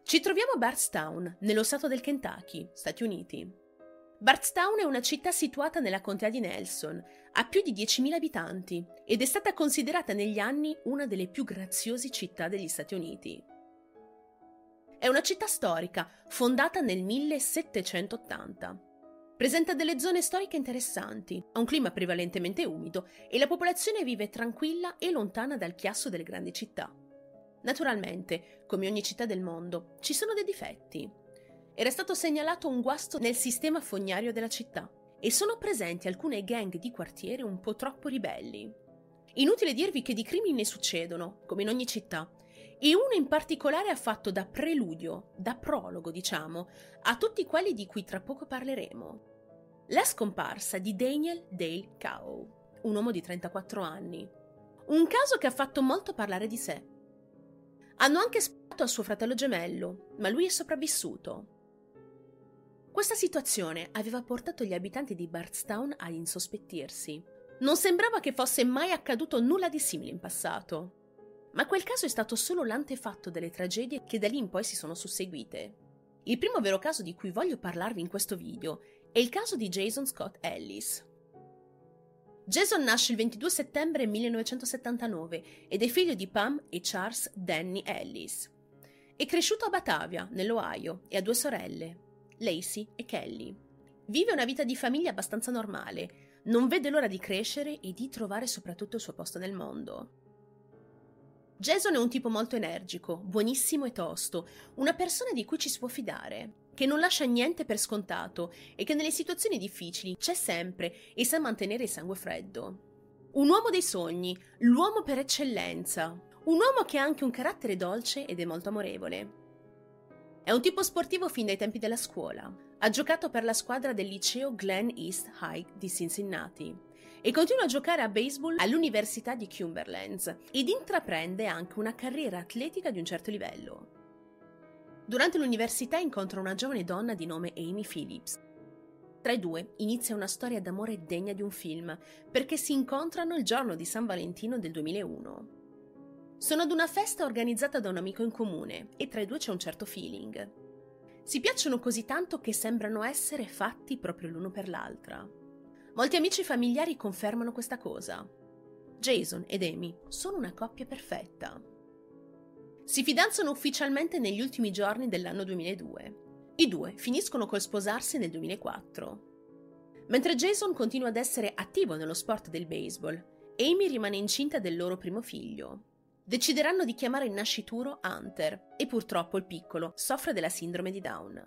Ci troviamo a Bardstown, nello stato del Kentucky, Stati Uniti. Bardstown è una città situata nella contea di Nelson, ha più di 10.000 abitanti ed è stata considerata negli anni una delle più graziose città degli Stati Uniti. È una città storica, fondata nel 1780. Presenta delle zone storiche interessanti, ha un clima prevalentemente umido e la popolazione vive tranquilla e lontana dal chiasso delle grandi città. Naturalmente, come ogni città del mondo, ci sono dei difetti. Era stato segnalato un guasto nel sistema fognario della città e sono presenti alcune gang di quartiere un po' troppo ribelli. Inutile dirvi che di crimini ne succedono, come in ogni città, e uno in particolare ha fatto da preludio, da prologo diciamo, a tutti quelli di cui tra poco parleremo. La scomparsa di Daniel Dale Cow, un uomo di 34 anni. Un caso che ha fatto molto parlare di sé. Hanno anche sparato a suo fratello gemello, ma lui è sopravvissuto. Questa situazione aveva portato gli abitanti di Bardstown a insospettirsi. Non sembrava che fosse mai accaduto nulla di simile in passato. Ma quel caso è stato solo l'antefatto delle tragedie che da lì in poi si sono susseguite. Il primo vero caso di cui voglio parlarvi in questo video è il caso di Jason Scott Ellis. Jason nasce il 22 settembre 1979 ed è figlio di Pam e Charles Danny Ellis. È cresciuto a Batavia, nell'Ohio, e ha due sorelle, Lacey e Kelly. Vive una vita di famiglia abbastanza normale, non vede l'ora di crescere e di trovare soprattutto il suo posto nel mondo. Jason è un tipo molto energico, buonissimo e tosto, una persona di cui ci si può fidare, che non lascia niente per scontato e che nelle situazioni difficili c'è sempre e sa mantenere il sangue freddo. Un uomo dei sogni, l'uomo per eccellenza, un uomo che ha anche un carattere dolce ed è molto amorevole. È un tipo sportivo fin dai tempi della scuola. Ha giocato per la squadra del liceo Glen East High di Cincinnati e continua a giocare a baseball all'Università di Cumberland ed intraprende anche una carriera atletica di un certo livello. Durante l'università incontra una giovane donna di nome Amy Phillips. Tra i due inizia una storia d'amore degna di un film, perché si incontrano il giorno di San Valentino del 2001. Sono ad una festa organizzata da un amico in comune e tra i due c'è un certo feeling. Si piacciono così tanto che sembrano essere fatti proprio l'uno per l'altra. Molti amici e familiari confermano questa cosa. Jason ed Amy sono una coppia perfetta. Si fidanzano ufficialmente negli ultimi giorni dell'anno 2002. I due finiscono col sposarsi nel 2004. Mentre Jason continua ad essere attivo nello sport del baseball, Amy rimane incinta del loro primo figlio. Decideranno di chiamare il nascituro Hunter e purtroppo il piccolo soffre della sindrome di Down.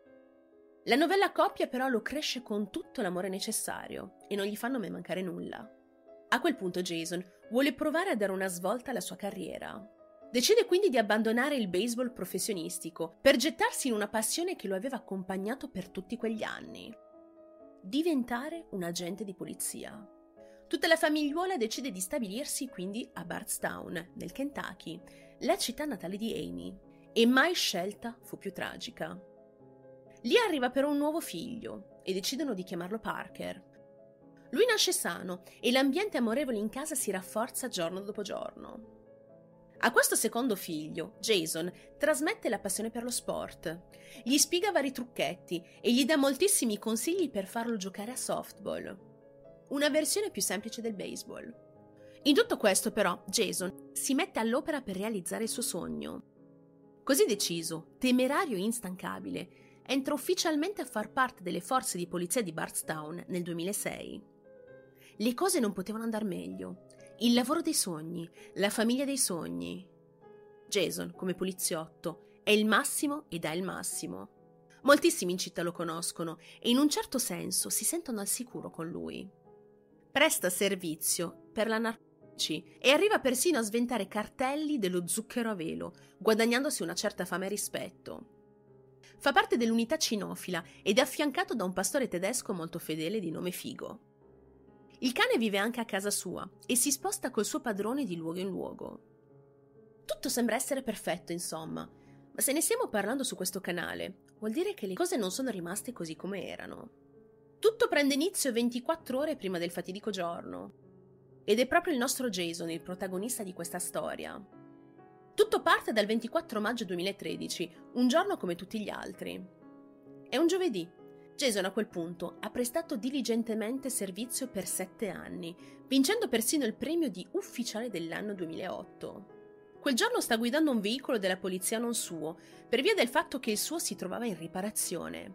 La novella coppia però lo cresce con tutto l'amore necessario e non gli fanno mai mancare nulla. A quel punto Jason vuole provare a dare una svolta alla sua carriera. Decide quindi di abbandonare il baseball professionistico per gettarsi in una passione che lo aveva accompagnato per tutti quegli anni. Diventare un agente di polizia. Tutta la famigliuola decide di stabilirsi quindi a Bardstown, nel Kentucky, la città natale di Amy, e mai scelta fu più tragica. Lì arriva però un nuovo figlio e decidono di chiamarlo Parker. Lui nasce sano e l'ambiente amorevole in casa si rafforza giorno dopo giorno. A questo secondo figlio, Jason trasmette la passione per lo sport, gli spiega vari trucchetti e gli dà moltissimi consigli per farlo giocare a softball, una versione più semplice del baseball. In tutto questo però Jason si mette all'opera per realizzare il suo sogno. Così deciso, temerario e instancabile, entra ufficialmente a far parte delle forze di polizia di Bardstown nel 2006. Le cose non potevano andar meglio. Il lavoro dei sogni, la famiglia dei sogni. Jason, come poliziotto, è il massimo e dà il massimo. Moltissimi in città lo conoscono e in un certo senso si sentono al sicuro con lui. Presta servizio per la narcotici e arriva persino a sventare cartelli dello zucchero a velo, guadagnandosi una certa fama e rispetto. Fa parte dell'unità cinofila ed è affiancato da un pastore tedesco molto fedele di nome Figo. Il cane vive anche a casa sua e si sposta col suo padrone di luogo in luogo. Tutto sembra essere perfetto, insomma, ma se ne stiamo parlando su questo canale, vuol dire che le cose non sono rimaste così come erano. Tutto prende inizio 24 ore prima del fatidico giorno. Ed è proprio il nostro Jason il protagonista di questa storia. Tutto parte dal 24 maggio 2013, un giorno come tutti gli altri. È un giovedì. Jason a quel punto ha prestato diligentemente servizio per 7 anni, vincendo persino il premio di ufficiale dell'anno 2008. Quel giorno sta guidando un veicolo della polizia non suo, per via del fatto che il suo si trovava in riparazione.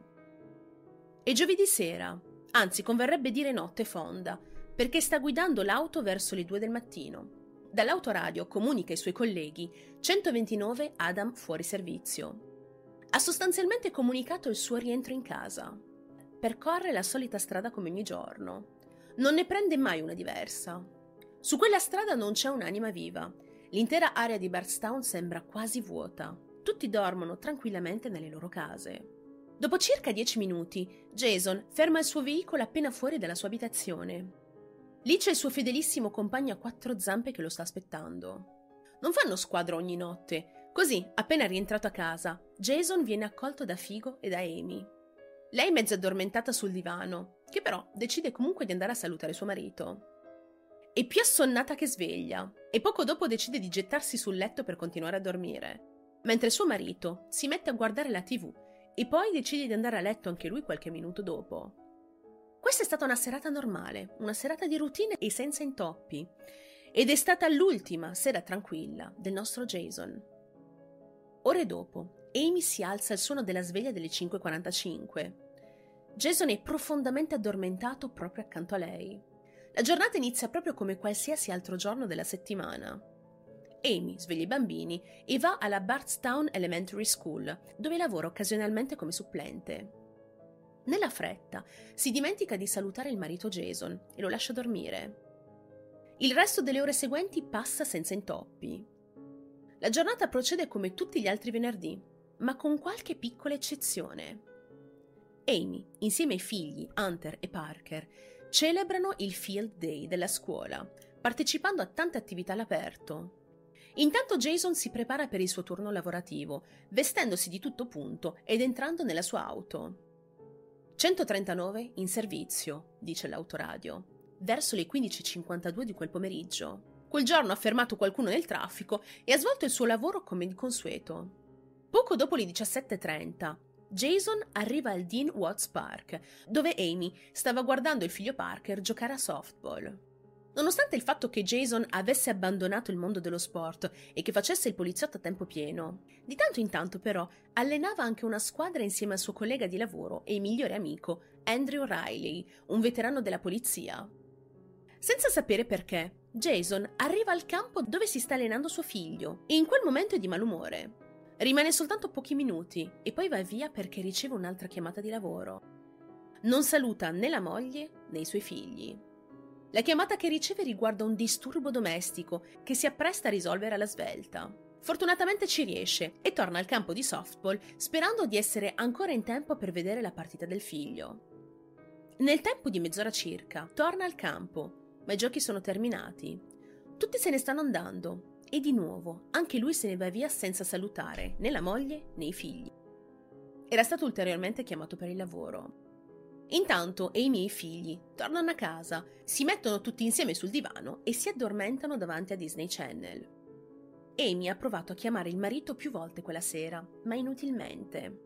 È giovedì sera, anzi converrebbe dire notte fonda, perché sta guidando l'auto verso le 2 del mattino. Dall'autoradio comunica ai suoi colleghi 129 Adam fuori servizio. Ha sostanzialmente comunicato il suo rientro in casa. Percorre la solita strada come ogni giorno. Non ne prende mai una diversa. Su quella strada non c'è un'anima viva. L'intera area di Bardstown sembra quasi vuota. Tutti dormono tranquillamente nelle loro case. Dopo circa 10 minuti, Jason ferma il suo veicolo appena fuori dalla sua abitazione. Lì c'è il suo fedelissimo compagno a 4 zampe che lo sta aspettando. Non fanno squadra ogni notte. Così, appena rientrato a casa, Jason viene accolto da Figo e da Amy. Lei mezza addormentata sul divano, che però decide comunque di andare a salutare suo marito. È più assonnata che sveglia e poco dopo decide di gettarsi sul letto per continuare a dormire, mentre suo marito si mette a guardare la TV e poi decide di andare a letto anche lui qualche minuto dopo. Questa è stata una serata normale, una serata di routine e senza intoppi, ed è stata l'ultima sera tranquilla del nostro Jason. Ore dopo, Amy si alza al suono della sveglia delle 5:45. Jason è profondamente addormentato proprio accanto a lei. La giornata inizia proprio come qualsiasi altro giorno della settimana. Amy sveglia i bambini e va alla Bardstown Elementary School, dove lavora occasionalmente come supplente. Nella fretta si dimentica di salutare il marito Jason e lo lascia dormire. Il resto delle ore seguenti passa senza intoppi. La giornata procede come tutti gli altri venerdì, ma con qualche piccola eccezione. Amy, insieme ai figli Hunter e Parker, celebrano il Field Day della scuola, partecipando a tante attività all'aperto. Intanto Jason si prepara per il suo turno lavorativo, vestendosi di tutto punto ed entrando nella sua auto. 139 in servizio, dice l'autoradio, verso le 15:52 di quel pomeriggio. Quel giorno ha fermato qualcuno nel traffico e ha svolto il suo lavoro come di consueto. Poco dopo le 17:30, Jason arriva al Dean Watts Park, dove Amy stava guardando il figlio Parker giocare a softball. Nonostante il fatto che Jason avesse abbandonato il mondo dello sport e che facesse il poliziotto a tempo pieno, di tanto in tanto però allenava anche una squadra insieme al suo collega di lavoro e migliore amico Andrew Riley, un veterano della polizia. Senza sapere perché, Jason arriva al campo dove si sta allenando suo figlio e in quel momento è di malumore. Rimane soltanto pochi minuti e poi va via perché riceve un'altra chiamata di lavoro. Non saluta né la moglie né i suoi figli. La chiamata che riceve riguarda un disturbo domestico che si appresta a risolvere alla svelta. Fortunatamente ci riesce e torna al campo di softball sperando di essere ancora in tempo per vedere la partita del figlio. Nel tempo di mezz'ora circa torna al campo, ma i giochi sono terminati. Tutti se ne stanno andando e di nuovo anche lui se ne va via senza salutare né la moglie né i figli. Era stato ulteriormente chiamato per il lavoro. Intanto Amy e i figli tornano a casa, si mettono tutti insieme sul divano e si addormentano davanti a Disney Channel. Amy ha provato a chiamare il marito più volte quella sera, ma inutilmente.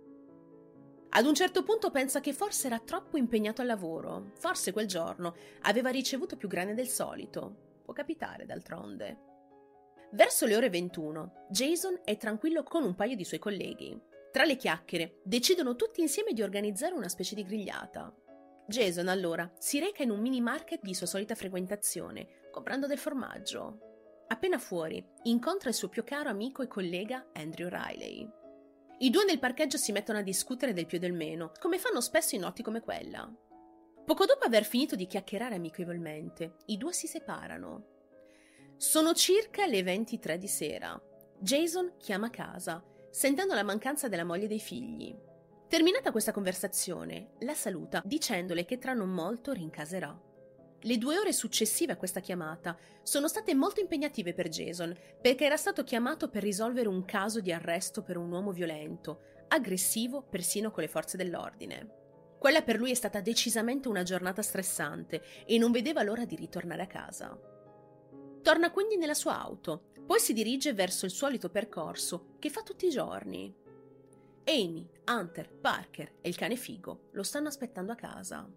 Ad un certo punto pensa che forse era troppo impegnato al lavoro, forse quel giorno aveva ricevuto più grane del solito. Può capitare, d'altronde. Verso le ore 21, Jason è tranquillo con un paio di suoi colleghi. Tra le chiacchiere, decidono tutti insieme di organizzare una specie di grigliata. Jason, allora, si reca in un mini market di sua solita frequentazione, comprando del formaggio. Appena fuori, incontra il suo più caro amico e collega Andrew Riley. I due nel parcheggio si mettono a discutere del più e del meno, come fanno spesso in notti come quella. Poco dopo aver finito di chiacchierare amichevolmente, i due si separano. Sono circa le 23 di sera. Jason chiama a casa, sentendo la mancanza della moglie e dei figli. Terminata questa conversazione, la saluta dicendole che tra non molto rincaserà. Le 2 ore successive a questa chiamata sono state molto impegnative per Jason, perché era stato chiamato per risolvere un caso di arresto per un uomo violento, aggressivo persino con le forze dell'ordine. Quella per lui è stata decisamente una giornata stressante e non vedeva l'ora di ritornare a casa. Torna quindi nella sua auto, Poi si dirige verso il solito percorso che fa tutti i giorni. Amy, Hunter, Parker e il cane Figo lo stanno aspettando a casa.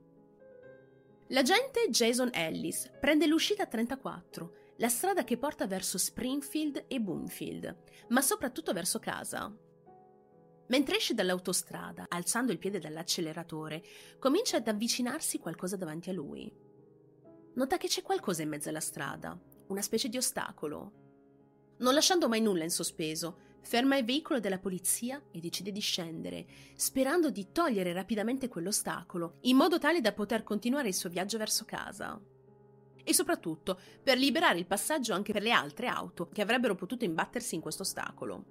L'agente Jason Ellis prende l'uscita 34, la strada che porta verso Springfield e Bloomfield, ma soprattutto verso casa. Mentre esce dall'autostrada, alzando il piede dall'acceleratore, comincia ad avvicinarsi qualcosa davanti a lui. Nota che c'è qualcosa in mezzo alla strada, una specie di ostacolo. Non lasciando mai nulla in sospeso, ferma il veicolo della polizia e decide di scendere, sperando di togliere rapidamente quell'ostacolo, in modo tale da poter continuare il suo viaggio verso casa. E soprattutto per liberare il passaggio anche per le altre auto che avrebbero potuto imbattersi in questo ostacolo.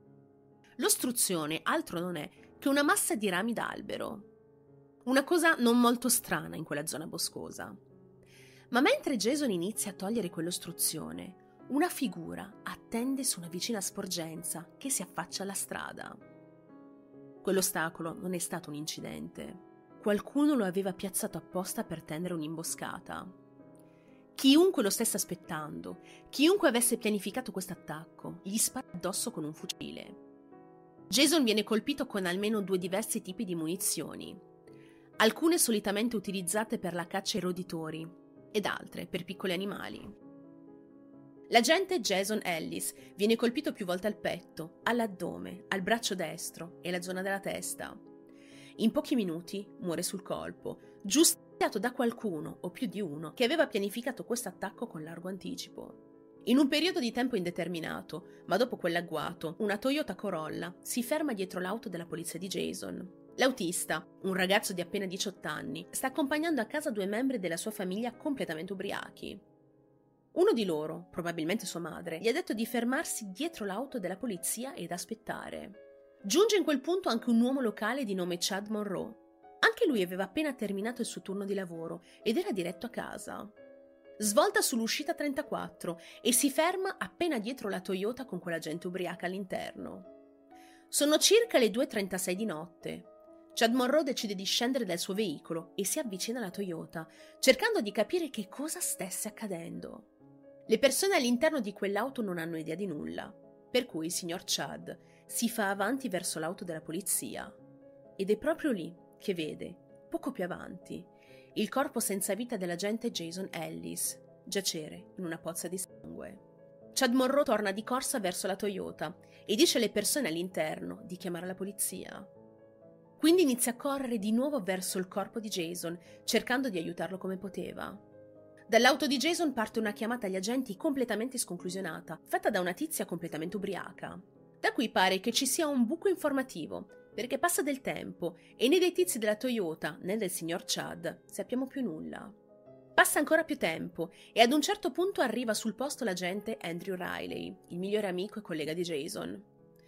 L'ostruzione altro non è che una massa di rami d'albero. Una cosa non molto strana in quella zona boscosa. Ma mentre Jason inizia a togliere quell'ostruzione, una figura attende su una vicina sporgenza che si affaccia alla strada. Quell'ostacolo non è stato un incidente. Qualcuno lo aveva piazzato apposta per tendere un'imboscata. Chiunque lo stesse aspettando, chiunque avesse pianificato questo attacco, gli spara addosso con un fucile. Jason viene colpito con almeno 2 diversi tipi di munizioni, alcune solitamente utilizzate per la caccia ai roditori ed altre per piccoli animali. L'agente Jason Ellis viene colpito più volte al petto, all'addome, al braccio destro e alla zona della testa. In pochi minuti muore sul colpo, giustiziato da qualcuno o più di uno che aveva pianificato questo attacco con largo anticipo. In un periodo di tempo indeterminato, ma dopo quell'agguato, una Toyota Corolla si ferma dietro l'auto della polizia di Jason. L'autista, un ragazzo di appena 18 anni, sta accompagnando a casa 2 membri della sua famiglia completamente ubriachi. Uno di loro, probabilmente sua madre, gli ha detto di fermarsi dietro l'auto della polizia ed aspettare. Giunge in quel punto anche un uomo locale di nome Chad Monroe. Anche lui aveva appena terminato il suo turno di lavoro ed era diretto a casa. Svolta sull'uscita 34 e si ferma appena dietro la Toyota con quell'agente ubriaca all'interno. Sono circa le 2:36 di notte. Chad Monroe decide di scendere dal suo veicolo e si avvicina alla Toyota, cercando di capire che cosa stesse accadendo. Le persone all'interno di quell'auto non hanno idea di nulla, per cui il signor Chad si fa avanti verso l'auto della polizia. Ed è proprio lì che vede, poco più avanti, il corpo senza vita dell'agente Jason Ellis giacere in una pozza di sangue. Chad Monroe torna di corsa verso la Toyota e dice alle persone all'interno di chiamare la polizia. Quindi inizia a correre di nuovo verso il corpo di Jason, cercando di aiutarlo come poteva. Dall'auto di Jason parte una chiamata agli agenti completamente sconclusionata, fatta da una tizia completamente ubriaca. Da qui pare che ci sia un buco informativo, perché passa del tempo e né dei tizi della Toyota né del signor Chad sappiamo più nulla. Passa ancora più tempo e ad un certo punto arriva sul posto l'agente Andrew Riley, il migliore amico e collega di Jason.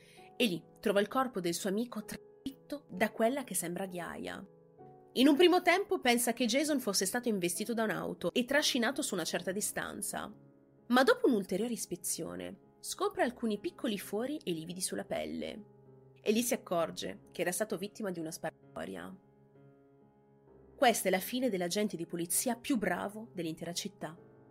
E lì trova il corpo del suo amico trafitto da quella che sembra ghiaia. In un primo tempo pensa che Jason fosse stato investito da un'auto e trascinato su una certa distanza. Ma dopo un'ulteriore ispezione, scopre alcuni piccoli fori e lividi sulla pelle. E lì si accorge che era stato vittima di una sparatoria. Questa è la fine dell'agente di polizia più bravo dell'intera città.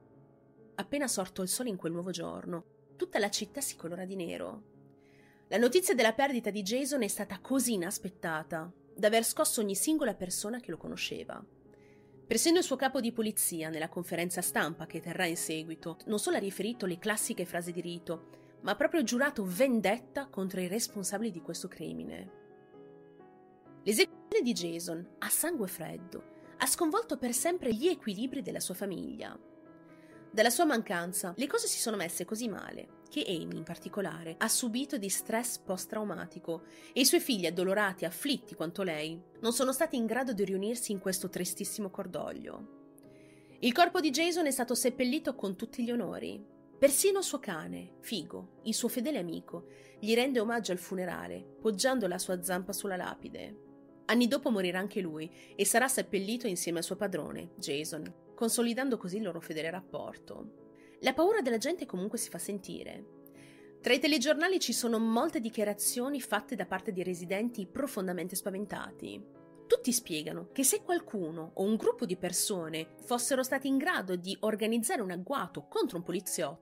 Appena sorto il sole in quel nuovo giorno, tutta la città si colora di nero. La notizia della perdita di Jason è stata così inaspettata da aver scosso ogni singola persona che lo conosceva. Persino il suo capo di polizia, nella conferenza stampa che terrà in seguito, non solo ha riferito le classiche frasi di rito, ma ha proprio giurato vendetta contro i responsabili di questo crimine. L'esecuzione di Jason, a sangue freddo, ha sconvolto per sempre gli equilibri della sua famiglia. Dalla sua mancanza, le cose si sono messe così male che Amy, in particolare, ha subito di stress post-traumatico e i suoi figli, addolorati e afflitti quanto lei, non sono stati in grado di riunirsi in questo tristissimo cordoglio. Il corpo di Jason è stato seppellito con tutti gli onori. Persino il suo cane, Figo, il suo fedele amico, gli rende omaggio al funerale, poggiando la sua zampa sulla lapide. Anni dopo morirà anche lui e sarà seppellito insieme al suo padrone, Jason, consolidando così il loro fedele rapporto. La paura della gente comunque si fa sentire. Tra i telegiornali ci sono molte dichiarazioni fatte da parte di residenti profondamente spaventati. Tutti spiegano che se qualcuno o un gruppo di persone fossero stati in grado di organizzare un agguato contro un poliziotto,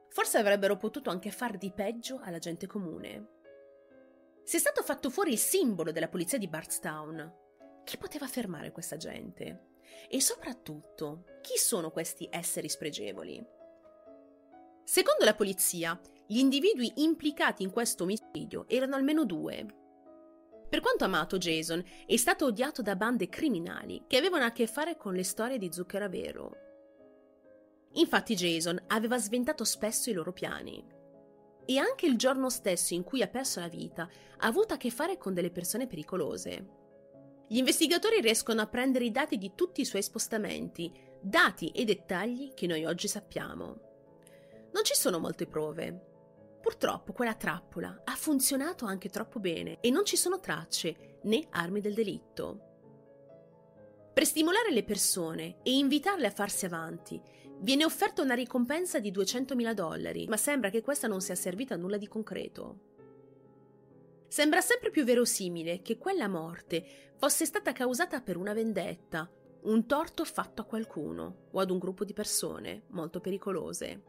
Forse avrebbero potuto anche far di peggio alla gente comune. Se è stato fatto fuori il simbolo della polizia di Bardstown, chi poteva fermare questa gente? E soprattutto, chi sono questi esseri spregevoli? Secondo la polizia, gli individui implicati in questo omicidio erano almeno 2. Per quanto amato, Jason è stato odiato da bande criminali che avevano a che fare con le storie di Zucchero a vero. Infatti Jason aveva sventato spesso i loro piani. E anche il giorno stesso in cui ha perso la vita ha avuto a che fare con delle persone pericolose. Gli investigatori riescono a prendere i dati di tutti i suoi spostamenti, dati e dettagli che noi oggi sappiamo. Non ci sono molte prove. Purtroppo quella trappola ha funzionato anche troppo bene e non ci sono tracce né armi del delitto. Per stimolare le persone e invitarle a farsi avanti, viene offerta una ricompensa di $200.000, ma sembra che questa non sia servita a nulla di concreto. Sembra sempre più verosimile che quella morte fosse stata causata per una vendetta, un torto fatto a qualcuno o ad un gruppo di persone molto pericolose.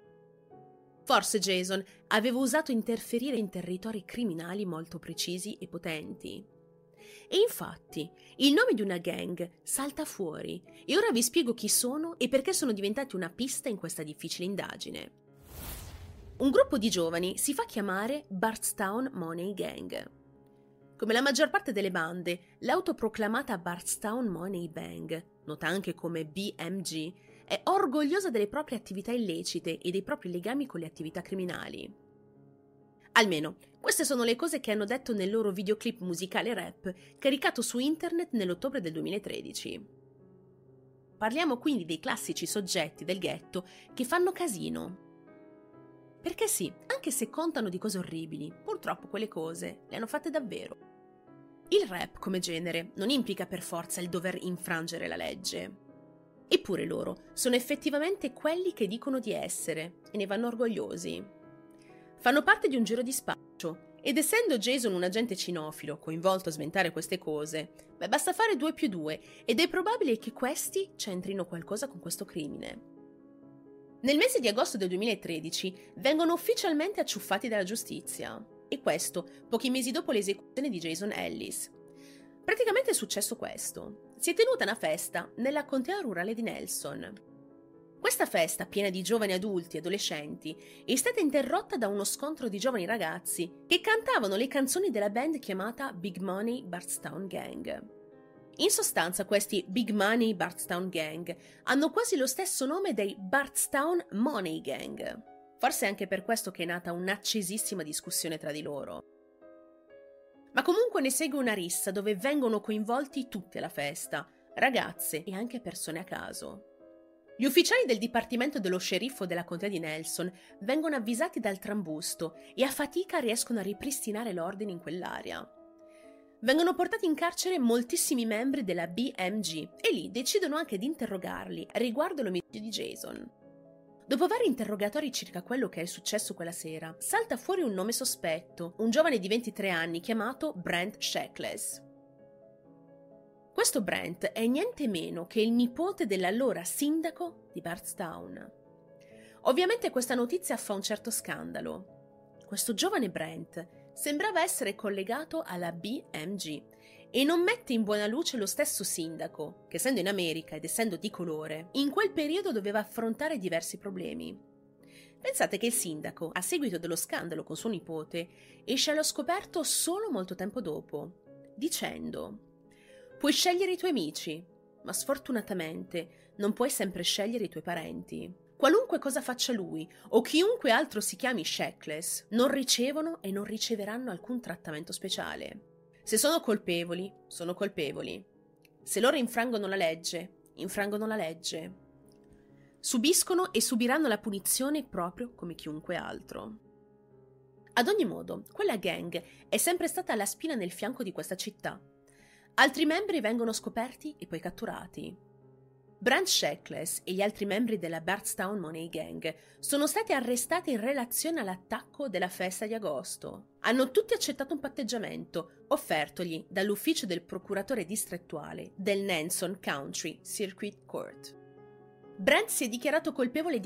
Forse Jason aveva usato interferire in territori criminali molto precisi e potenti. E infatti, il nome di una gang salta fuori e ora vi spiego chi sono e perché sono diventati una pista in questa difficile indagine. Un gruppo di giovani si fa chiamare Bardstown Money Gang. Come la maggior parte delle bande, l'autoproclamata Bardstown Money Bang, nota anche come BMG, è orgogliosa delle proprie attività illecite e dei propri legami con le attività criminali. Almeno, queste sono le cose che hanno detto nel loro videoclip musicale rap caricato su internet nell'ottobre del 2013. Parliamo quindi dei classici soggetti del ghetto che fanno casino. Perché sì, anche se contano di cose orribili, purtroppo quelle cose le hanno fatte davvero. Il rap come genere non implica per forza il dover infrangere la legge. Eppure loro sono effettivamente quelli che dicono di essere e ne vanno orgogliosi. Fanno parte di un giro di spaccio ed essendo Jason un agente cinofilo coinvolto a sventare queste cose, basta fare 2 più 2 ed è probabile che questi c'entrino qualcosa con questo crimine. Nel mese di agosto del 2013 vengono ufficialmente acciuffati dalla giustizia, e questo pochi mesi dopo l'esecuzione di Jason Ellis. Praticamente è successo questo. Si è tenuta una festa nella contea rurale di Nelson. Questa festa, piena di giovani adulti e adolescenti, è stata interrotta da uno scontro di giovani ragazzi che cantavano le canzoni della band chiamata Big Money Bardstown Gang. In sostanza questi Big Money Bardstown Gang hanno quasi lo stesso nome dei Bardstown Money Gang. Forse è anche per questo che è nata un'accesissima discussione tra di loro. Ma comunque ne segue una rissa dove vengono coinvolti tutti alla festa, ragazze e anche persone a caso. Gli ufficiali del dipartimento dello sceriffo della contea di Nelson vengono avvisati dal trambusto e a fatica riescono a ripristinare l'ordine in quell'area. Vengono portati in carcere moltissimi membri della BMG e lì decidono anche di interrogarli riguardo l'omicidio di Jason. Dopo vari interrogatori circa quello che è successo quella sera, salta fuori un nome sospetto, un giovane di 23 anni chiamato Brent Sheckless. Questo Brent è niente meno che il nipote dell'allora sindaco di Bardstown. Ovviamente questa notizia fa un certo scandalo. Questo giovane Brent sembrava essere collegato alla BMG e non mette in buona luce lo stesso sindaco, che essendo in America ed essendo di colore, in quel periodo doveva affrontare diversi problemi. Pensate che il sindaco, a seguito dello scandalo con suo nipote, esce allo scoperto solo molto tempo dopo, dicendo: «Puoi scegliere i tuoi amici, ma sfortunatamente non puoi sempre scegliere i tuoi parenti. Qualunque cosa faccia lui o chiunque altro si chiami Sheckless, non ricevono e non riceveranno alcun trattamento speciale. Se sono colpevoli, sono colpevoli. Se loro infrangono la legge, infrangono la legge. Subiscono e subiranno la punizione proprio come chiunque altro». Ad ogni modo, quella gang è sempre stata la spina nel fianco di questa città. Altri membri vengono scoperti e poi catturati. Brent Sheckless e gli altri membri della Bardstown Money Gang sono stati arrestati in relazione all'attacco della festa di agosto. Hanno tutti accettato un patteggiamento offertogli dall'ufficio del procuratore distrettuale del Nelson County Circuit Court. Brent si è dichiarato colpevole di aggressione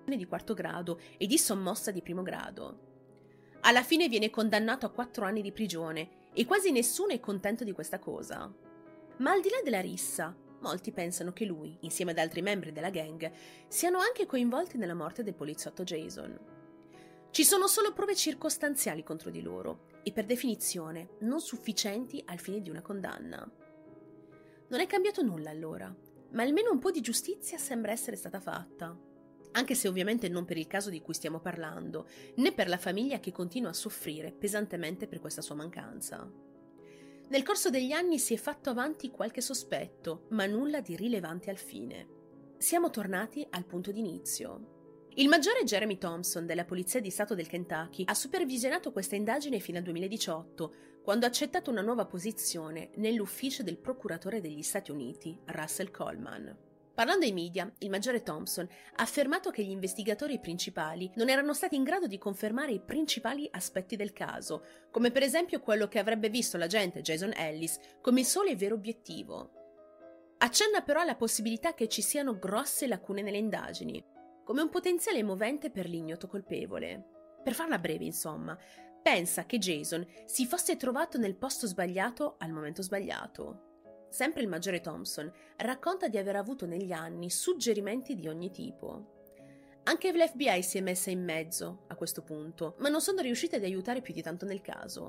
di quarto grado e di sommossa di primo grado. Alla fine viene condannato a 4 anni di prigione e quasi nessuno è contento di questa cosa. Ma al di là della rissa, molti pensano che lui, insieme ad altri membri della gang, siano anche coinvolti nella morte del poliziotto Jason. Ci sono solo prove circostanziali contro di loro e per definizione non sufficienti al fine di una condanna. Non è cambiato nulla allora, ma almeno un po' di giustizia sembra essere stata fatta. Anche se ovviamente non per il caso di cui stiamo parlando, né per la famiglia che continua a soffrire pesantemente per questa sua mancanza. Nel corso degli anni si è fatto avanti qualche sospetto, ma nulla di rilevante al fine. Siamo tornati al punto d'inizio. Il maggiore Jeremy Thompson della Polizia di Stato del Kentucky ha supervisionato questa indagine fino al 2018, quando ha accettato una nuova posizione nell'ufficio del procuratore degli Stati Uniti, Russell Coleman. Parlando ai media, il maggiore Thompson ha affermato che gli investigatori principali non erano stati in grado di confermare i principali aspetti del caso, come per esempio quello che avrebbe visto l'agente Jason Ellis come il solo e vero obiettivo. Accenna però alla possibilità che ci siano grosse lacune nelle indagini, come un potenziale movente per l'ignoto colpevole. Per farla breve, insomma, pensa che Jason si fosse trovato nel posto sbagliato al momento sbagliato. Sempre il maggiore Thompson racconta di aver avuto negli anni suggerimenti di ogni tipo. Anche l'FBI si è messa in mezzo a questo punto, ma non sono riusciti ad aiutare più di tanto nel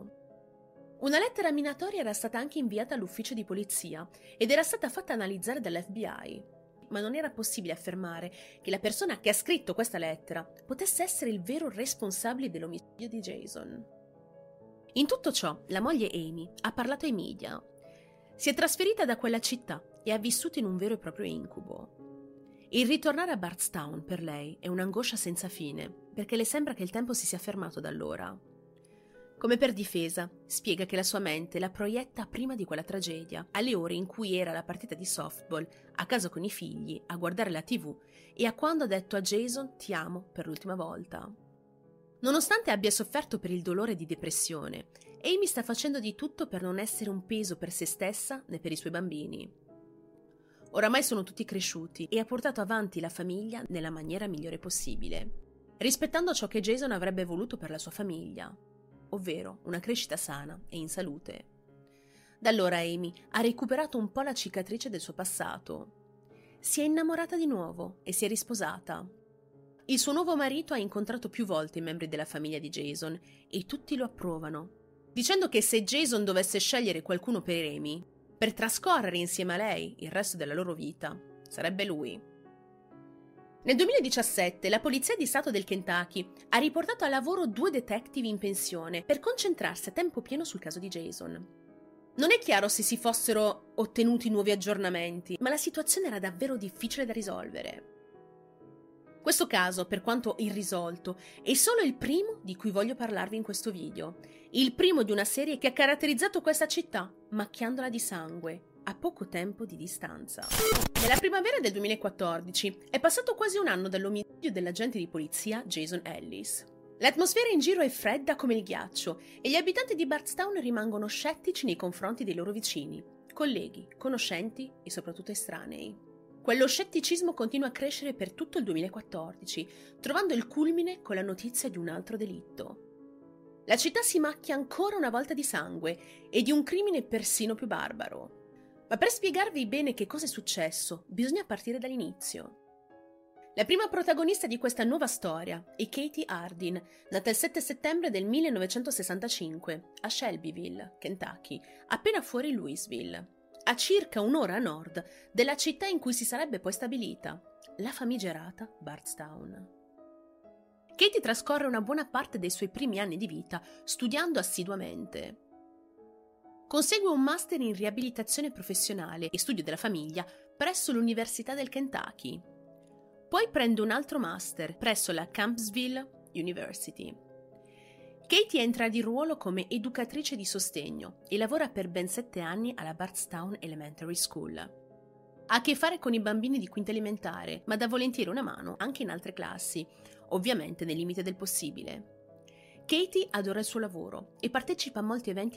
caso. Una lettera minatoria era stata anche inviata all'ufficio di polizia ed era stata fatta analizzare dall'FBI, ma non era possibile affermare che la persona che ha scritto questa lettera potesse essere il vero responsabile dell'omicidio di Jason. In tutto ciò, la moglie Amy ha parlato ai media. Si è trasferita da quella città e ha vissuto in un vero e proprio incubo. Il ritornare a Bardstown per lei è un'angoscia senza fine, perché le sembra che il tempo si sia fermato da allora. Come per difesa, spiega che la sua mente la proietta prima di quella tragedia, alle ore in cui era alla partita di softball, a casa con i figli, a guardare la TV e a quando ha detto a Jason "ti amo" per l'ultima volta. Nonostante abbia sofferto per il dolore di depressione, Amy sta facendo di tutto per non essere un peso per se stessa né per i suoi bambini. Oramai sono tutti cresciuti e ha portato avanti la famiglia nella maniera migliore possibile, rispettando ciò che Jason avrebbe voluto per la sua famiglia, ovvero una crescita sana e in salute. Da allora Amy ha recuperato un po' la cicatrice del suo passato. Si è innamorata di nuovo e si è risposata. Il suo nuovo marito ha incontrato più volte i membri della famiglia di Jason e tutti lo approvano, dicendo che se Jason dovesse scegliere qualcuno per Amy, per trascorrere insieme a lei il resto della loro vita, sarebbe lui. Nel 2017 la Polizia di Stato del Kentucky ha riportato a lavoro 2 detective in pensione per concentrarsi a tempo pieno sul caso di Jason. Non è chiaro se si fossero ottenuti nuovi aggiornamenti, ma la situazione era davvero difficile da risolvere. Questo caso, per quanto irrisolto, è solo il primo di cui voglio parlarvi in questo video. Il primo di una serie che ha caratterizzato questa città, macchiandola di sangue, a poco tempo di distanza. Nella primavera del 2014 è passato quasi un anno dall'omicidio dell'agente di polizia Jason Ellis. L'atmosfera in giro è fredda come il ghiaccio e gli abitanti di Bardstown rimangono scettici nei confronti dei loro vicini, colleghi, conoscenti e soprattutto estranei. Quello scetticismo continua a crescere per tutto il 2014, trovando il culmine con la notizia di un altro delitto. La città si macchia ancora una volta di sangue e di un crimine persino più barbaro. Ma per spiegarvi bene che cosa è successo, bisogna partire dall'inizio. La prima protagonista di questa nuova storia è Katie Hardin, nata il 7 settembre del 1965 a Shelbyville, Kentucky, appena fuori Louisville, a circa un'ora a nord della città in cui si sarebbe poi stabilita, la famigerata Bardstown. Katie trascorre una buona parte dei suoi primi anni di vita studiando assiduamente. Consegue un master in riabilitazione professionale e studio della famiglia presso l'Università del Kentucky. Poi prende un altro master presso la Campbellsville University. Katie entra di ruolo come educatrice di sostegno e lavora per ben 7 anni alla Bardstown Elementary School. Ha a che fare con i bambini di quinta elementare, ma dà volentieri una mano anche in altre classi, ovviamente nel limite del possibile. Katie adora il suo lavoro e partecipa a molti eventi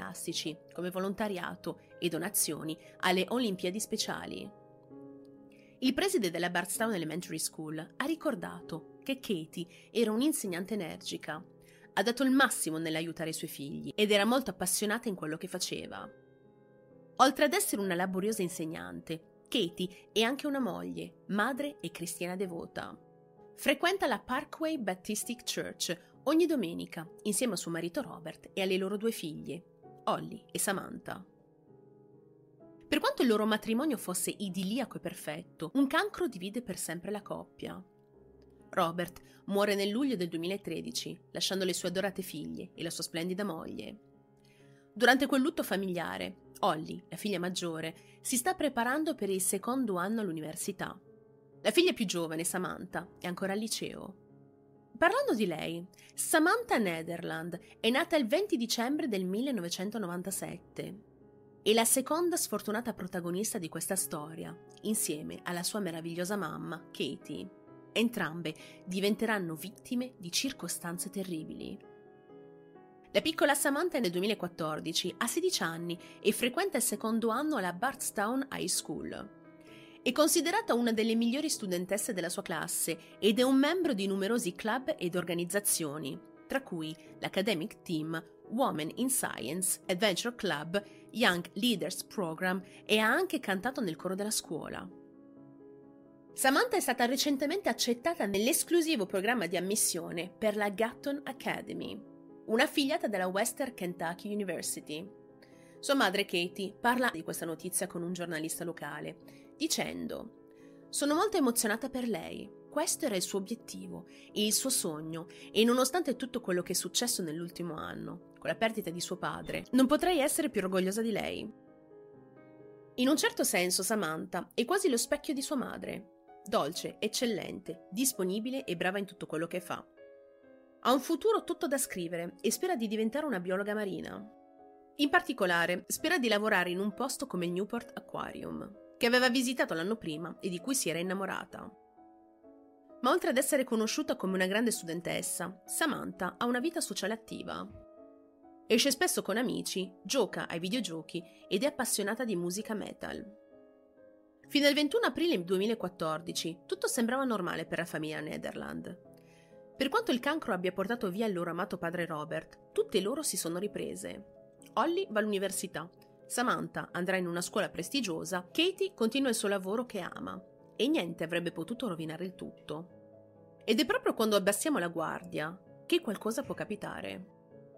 extrascolastici, come volontariato e donazioni alle Olimpiadi speciali. Il preside della Bardstown Elementary School ha ricordato che Katie era un'insegnante energica, ha dato il massimo nell'aiutare i suoi figli ed era molto appassionata in quello che faceva. Oltre ad essere una laboriosa insegnante, Katie è anche una moglie, madre e cristiana devota. Frequenta la Parkway Baptist Church ogni domenica insieme a suo marito Robert e alle loro 2 figlie, Holly e Samantha. Per quanto il loro matrimonio fosse idilliaco e perfetto, un cancro divide per sempre la coppia. Robert muore nel luglio del 2013, lasciando le sue adorate figlie e la sua splendida moglie. Durante quel lutto familiare, Holly, la figlia maggiore, si sta preparando per il 2º anno all'università. La figlia più giovane, Samantha, è ancora al liceo. Parlando di lei, Samantha Nederland è nata il 20 dicembre del 1997. È la seconda sfortunata protagonista di questa storia, insieme alla sua meravigliosa mamma, Katie. Entrambe diventeranno vittime di circostanze terribili. La piccola Samantha nel 2014 ha 16 anni e frequenta il 2º anno alla Bardstown High School. È considerata una delle migliori studentesse della sua classe ed è un membro di numerosi club ed organizzazioni, tra cui l'Academic Team, Women in Science, Adventure Club, Young Leaders Program e ha anche cantato nel coro della scuola. Samantha è stata recentemente accettata nell'esclusivo programma di ammissione per la Gatton Academy, un'affiliata della Western Kentucky University. Sua madre Katie parla di questa notizia con un giornalista locale, dicendo: «Sono molto emozionata per lei. Questo era il suo obiettivo e il suo sogno e nonostante tutto quello che è successo nell'ultimo anno, con la perdita di suo padre, non potrei essere più orgogliosa di lei». In un certo senso Samantha è quasi lo specchio di sua madre. Dolce, eccellente, disponibile e brava in tutto quello che fa. Ha un futuro tutto da scrivere e spera di diventare una biologa marina. In particolare, spera di lavorare in un posto come il Newport Aquarium, che aveva visitato l'anno prima e di cui si era innamorata. Ma oltre ad essere conosciuta come una grande studentessa, Samantha ha una vita sociale attiva. Esce spesso con amici, gioca ai videogiochi ed è appassionata di musica metal. Fino al 21 aprile 2014 tutto sembrava normale per la famiglia Nederland. Per quanto il cancro abbia portato via il loro amato padre Robert, tutte loro si sono riprese. Holly va all'università, Samantha andrà in una scuola prestigiosa, Katie continua il suo lavoro che ama e niente avrebbe potuto rovinare il tutto. Ed è proprio quando abbassiamo la guardia che qualcosa può capitare.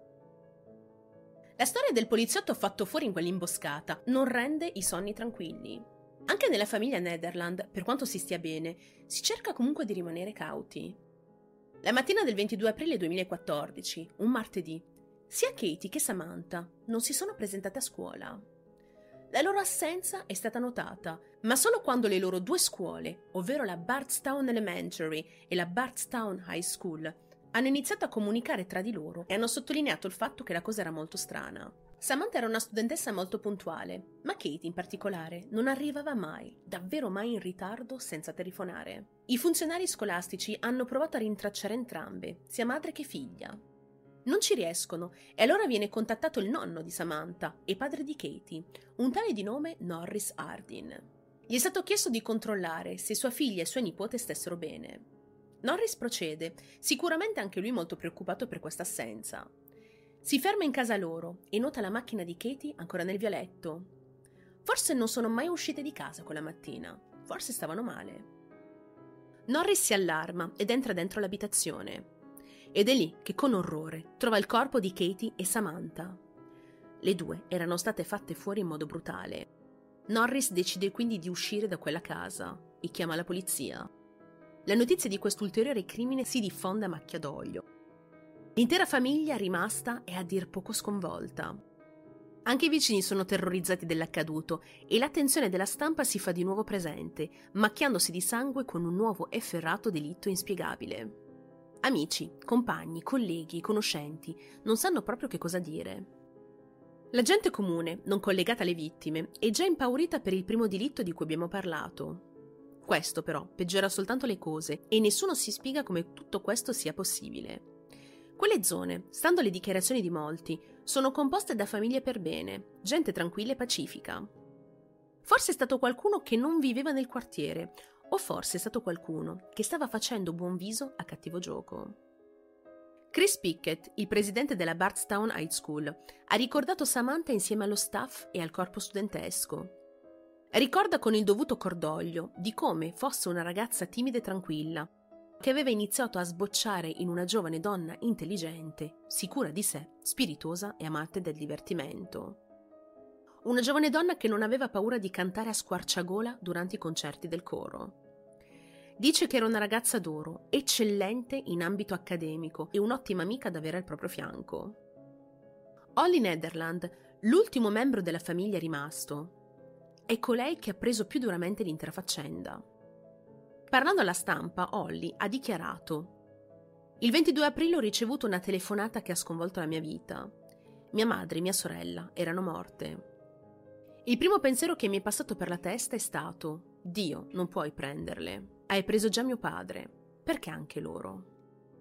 La storia del poliziotto fatto fuori in quell'imboscata non rende i sonni tranquilli. Anche nella famiglia Nederland, per quanto si stia bene, si cerca comunque di rimanere cauti. La mattina del 22 aprile 2014, un martedì, sia Katie che Samantha non si sono presentate a scuola. La loro assenza è stata notata, ma solo quando le loro 2 scuole, ovvero la Bardstown Elementary e la Bardstown High School, hanno iniziato a comunicare tra di loro e hanno sottolineato il fatto che la cosa era molto strana. Samantha era una studentessa molto puntuale, ma Katie in particolare non arrivava mai, davvero mai in ritardo senza telefonare. I funzionari scolastici hanno provato a rintracciare entrambe, sia madre che figlia. Non ci riescono e allora viene contattato il nonno di Samantha e padre di Katie, un tale di nome Norris Hardin. Gli è stato chiesto di controllare se sua figlia e sua nipote stessero bene. Norris procede, sicuramente anche lui molto preoccupato per questa assenza. Si ferma in casa loro e nota la macchina di Katie ancora nel vialetto. Forse non sono mai uscite di casa quella mattina, forse stavano male. Norris si allarma ed entra dentro l'abitazione. Ed è lì che con orrore trova il corpo di Katie e Samantha. Le 2 erano state fatte fuori in modo brutale. Norris decide quindi di uscire da quella casa e chiama la polizia. La notizia di quest'ulteriore crimine si diffonde a macchia d'olio. L'intera famiglia è rimasta e a dir poco sconvolta. Anche i vicini sono terrorizzati dell'accaduto e l'attenzione della stampa si fa di nuovo presente, macchiandosi di sangue con un nuovo efferrato delitto inspiegabile. Amici, compagni, colleghi e conoscenti non sanno proprio che cosa dire. La gente comune, non collegata alle vittime, è già impaurita per il primo delitto di cui abbiamo parlato. Questo però peggiora soltanto le cose e nessuno si spiega come tutto questo sia possibile. Quelle zone, stando alle dichiarazioni di molti, sono composte da famiglie per bene, gente tranquilla e pacifica. Forse è stato qualcuno che non viveva nel quartiere, o forse è stato qualcuno che stava facendo buon viso a cattivo gioco. Chris Pickett, il presidente della Bardstown High School, ha ricordato Samantha insieme allo staff e al corpo studentesco. Ricorda con il dovuto cordoglio di come fosse una ragazza timida e tranquilla, che aveva iniziato a sbocciare in una giovane donna intelligente, sicura di sé, spiritosa e amante del divertimento. Una giovane donna che non aveva paura di cantare a squarciagola durante i concerti del coro. Dice che era una ragazza d'oro, eccellente in ambito accademico e un'ottima amica da avere al proprio fianco. Holly Netherland, l'ultimo membro della famiglia rimasto, è colei che ha preso più duramente l'intera faccenda. Parlando alla stampa, Holly ha dichiarato: «Il 22 aprile ho ricevuto una telefonata che ha sconvolto la mia vita. Mia madre e mia sorella erano morte. Il primo pensiero che mi è passato per la testa è stato: Dio, non puoi prenderle. Hai preso già mio padre. Perché anche loro?»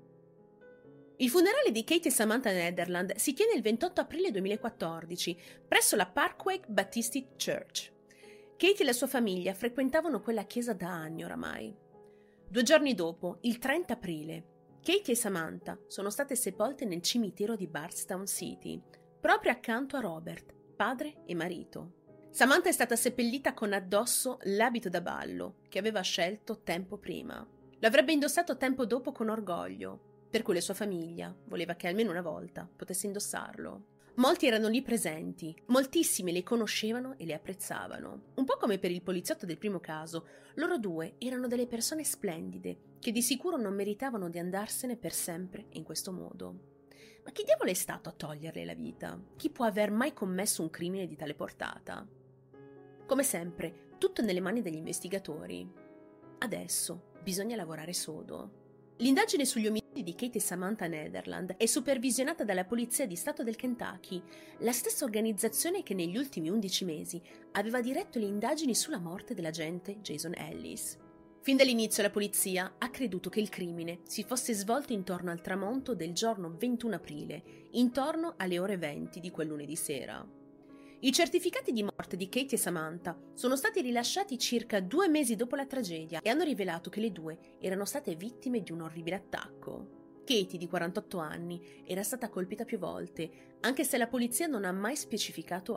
Il funerale di Kate e Samantha Netherland si tiene il 28 aprile 2014 presso la Parkway Baptist Church. Kate e la sua famiglia frequentavano quella chiesa da anni oramai. 2 giorni dopo, il 30 aprile, Kate e Samantha sono state sepolte nel cimitero di Bardstown City, proprio accanto a Robert, padre e marito. Samantha è stata seppellita con addosso l'abito da ballo che aveva scelto tempo prima. Lo avrebbe indossato tempo dopo con orgoglio, per cui la sua famiglia voleva che almeno una volta potesse indossarlo. Molti erano lì presenti, moltissimi le conoscevano e le apprezzavano. Un po' come per il poliziotto del primo caso, loro due erano delle persone splendide, che di sicuro non meritavano di andarsene per sempre in questo modo. Ma chi diavolo è stato a toglierle la vita? Chi può aver mai commesso un crimine di tale portata? Come sempre, tutto nelle mani degli investigatori. Adesso bisogna lavorare sodo. L'indagine sugli omicidi di Kate e Samantha Netherland è supervisionata dalla Polizia di Stato del Kentucky, la stessa organizzazione che negli ultimi 11 mesi aveva diretto le indagini sulla morte dell'agente Jason Ellis. Fin dall'inizio la polizia ha creduto che il crimine si fosse svolto intorno al tramonto del giorno 21 aprile, intorno alle ore 20 di quel lunedì sera. I certificati di morte di Kate e Samantha sono stati rilasciati circa 2 mesi dopo la tragedia e hanno rivelato che le due erano state vittime di un orribile attacco. Katie, di 48 anni, era stata colpita più volte, anche se la polizia non ha mai specificato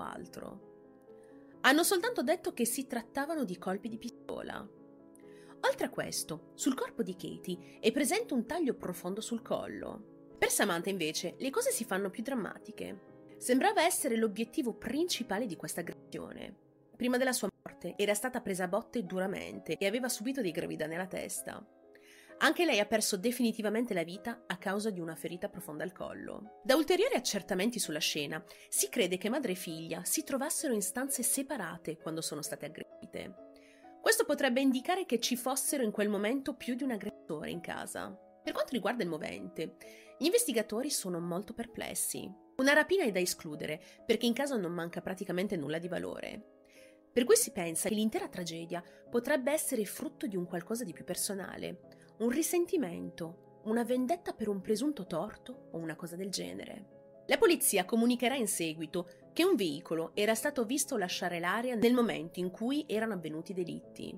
altro. Hanno soltanto detto che si trattavano di colpi di pistola. Oltre a questo, sul corpo di Katie è presente un taglio profondo sul collo. Per Samantha, invece, le cose si fanno più drammatiche. Sembrava essere l'obiettivo principale di questa aggressione. Prima della sua morte era stata presa a botte duramente e aveva subito dei gravidani alla testa. Anche lei ha perso definitivamente la vita a causa di una ferita profonda al collo. Da ulteriori accertamenti sulla scena, si crede che madre e figlia si trovassero in stanze separate quando sono state aggredite. Questo potrebbe indicare che ci fossero in quel momento più di un aggressore in casa. Per quanto riguarda il movente, gli investigatori sono molto perplessi. Una rapina è da escludere, perché in casa non manca praticamente nulla di valore. Per cui si pensa che l'intera tragedia potrebbe essere frutto di un qualcosa di più personale, un risentimento, una vendetta per un presunto torto o una cosa del genere. La polizia comunicherà in seguito che un veicolo era stato visto lasciare l'area nel momento in cui erano avvenuti i delitti.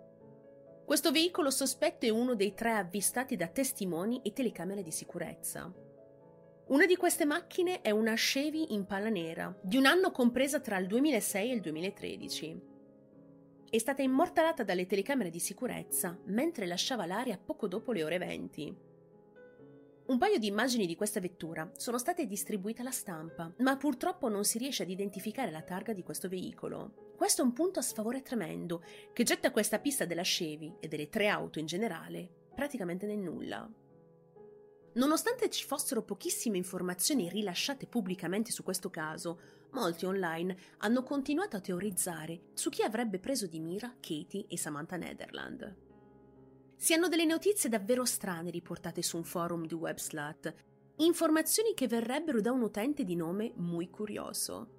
Questo veicolo sospetto è uno dei 3 avvistati da testimoni e telecamere di sicurezza. Una di queste macchine è una Chevy Impala nera, di un anno compresa tra il 2006 e il 2013. È stata immortalata dalle telecamere di sicurezza mentre lasciava l'area poco dopo le ore 20. Un paio di immagini di questa vettura sono state distribuite alla stampa, ma purtroppo non si riesce ad identificare la targa di questo veicolo. Questo è un punto a sfavore tremendo, che getta questa pista della Chevy e delle 3 auto in generale praticamente nel nulla. Nonostante ci fossero pochissime informazioni rilasciate pubblicamente su questo caso, molti online hanno continuato a teorizzare su chi avrebbe preso di mira Katie e Samantha Netherland. Si hanno delle notizie davvero strane riportate su un forum di WebSlut, informazioni che verrebbero da un utente di nome Muy Curioso.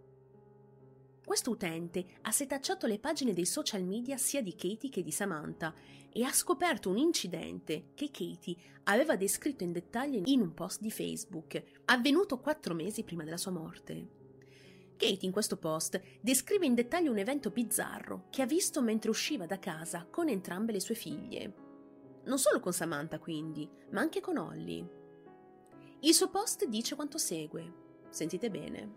Questo utente ha setacciato le pagine dei social media sia di Katie che di Samantha e ha scoperto un incidente che Katie aveva descritto in dettaglio in un post di Facebook, avvenuto 4 mesi prima della sua morte. Kate in questo post descrive in dettaglio un evento bizzarro che ha visto mentre usciva da casa con entrambe le sue figlie. Non solo con Samantha quindi, ma anche con Holly. Il suo post dice quanto segue. Sentite bene.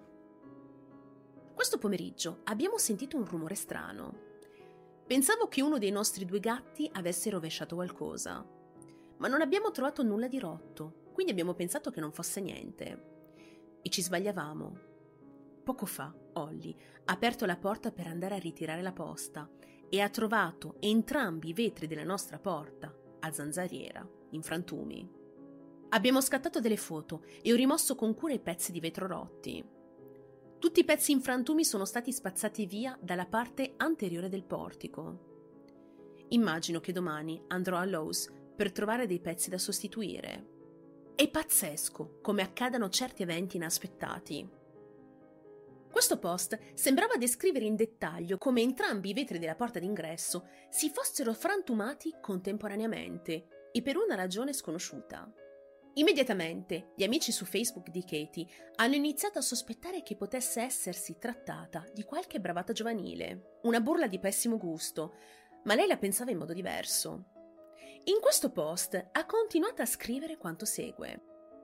Questo pomeriggio abbiamo sentito un rumore strano. Pensavo che uno dei nostri 2 gatti avesse rovesciato qualcosa, ma non abbiamo trovato nulla di rotto, quindi abbiamo pensato che non fosse niente. E ci sbagliavamo. Poco fa, Holly ha aperto la porta per andare a ritirare la posta e ha trovato entrambi i vetri della nostra porta a zanzariera, in frantumi. Abbiamo scattato delle foto e ho rimosso con cura i pezzi di vetro rotti. Tutti i pezzi in frantumi sono stati spazzati via dalla parte anteriore del portico. Immagino che domani andrò a Lowe's per trovare dei pezzi da sostituire. È pazzesco come accadano certi eventi inaspettati. Questo post sembrava descrivere in dettaglio come entrambi i vetri della porta d'ingresso si fossero frantumati contemporaneamente e per una ragione sconosciuta. Immediatamente gli amici su Facebook di Katie hanno iniziato a sospettare che potesse essersi trattata di qualche bravata giovanile, una burla di pessimo gusto, ma lei la pensava in modo diverso. In questo post ha continuato a scrivere quanto segue.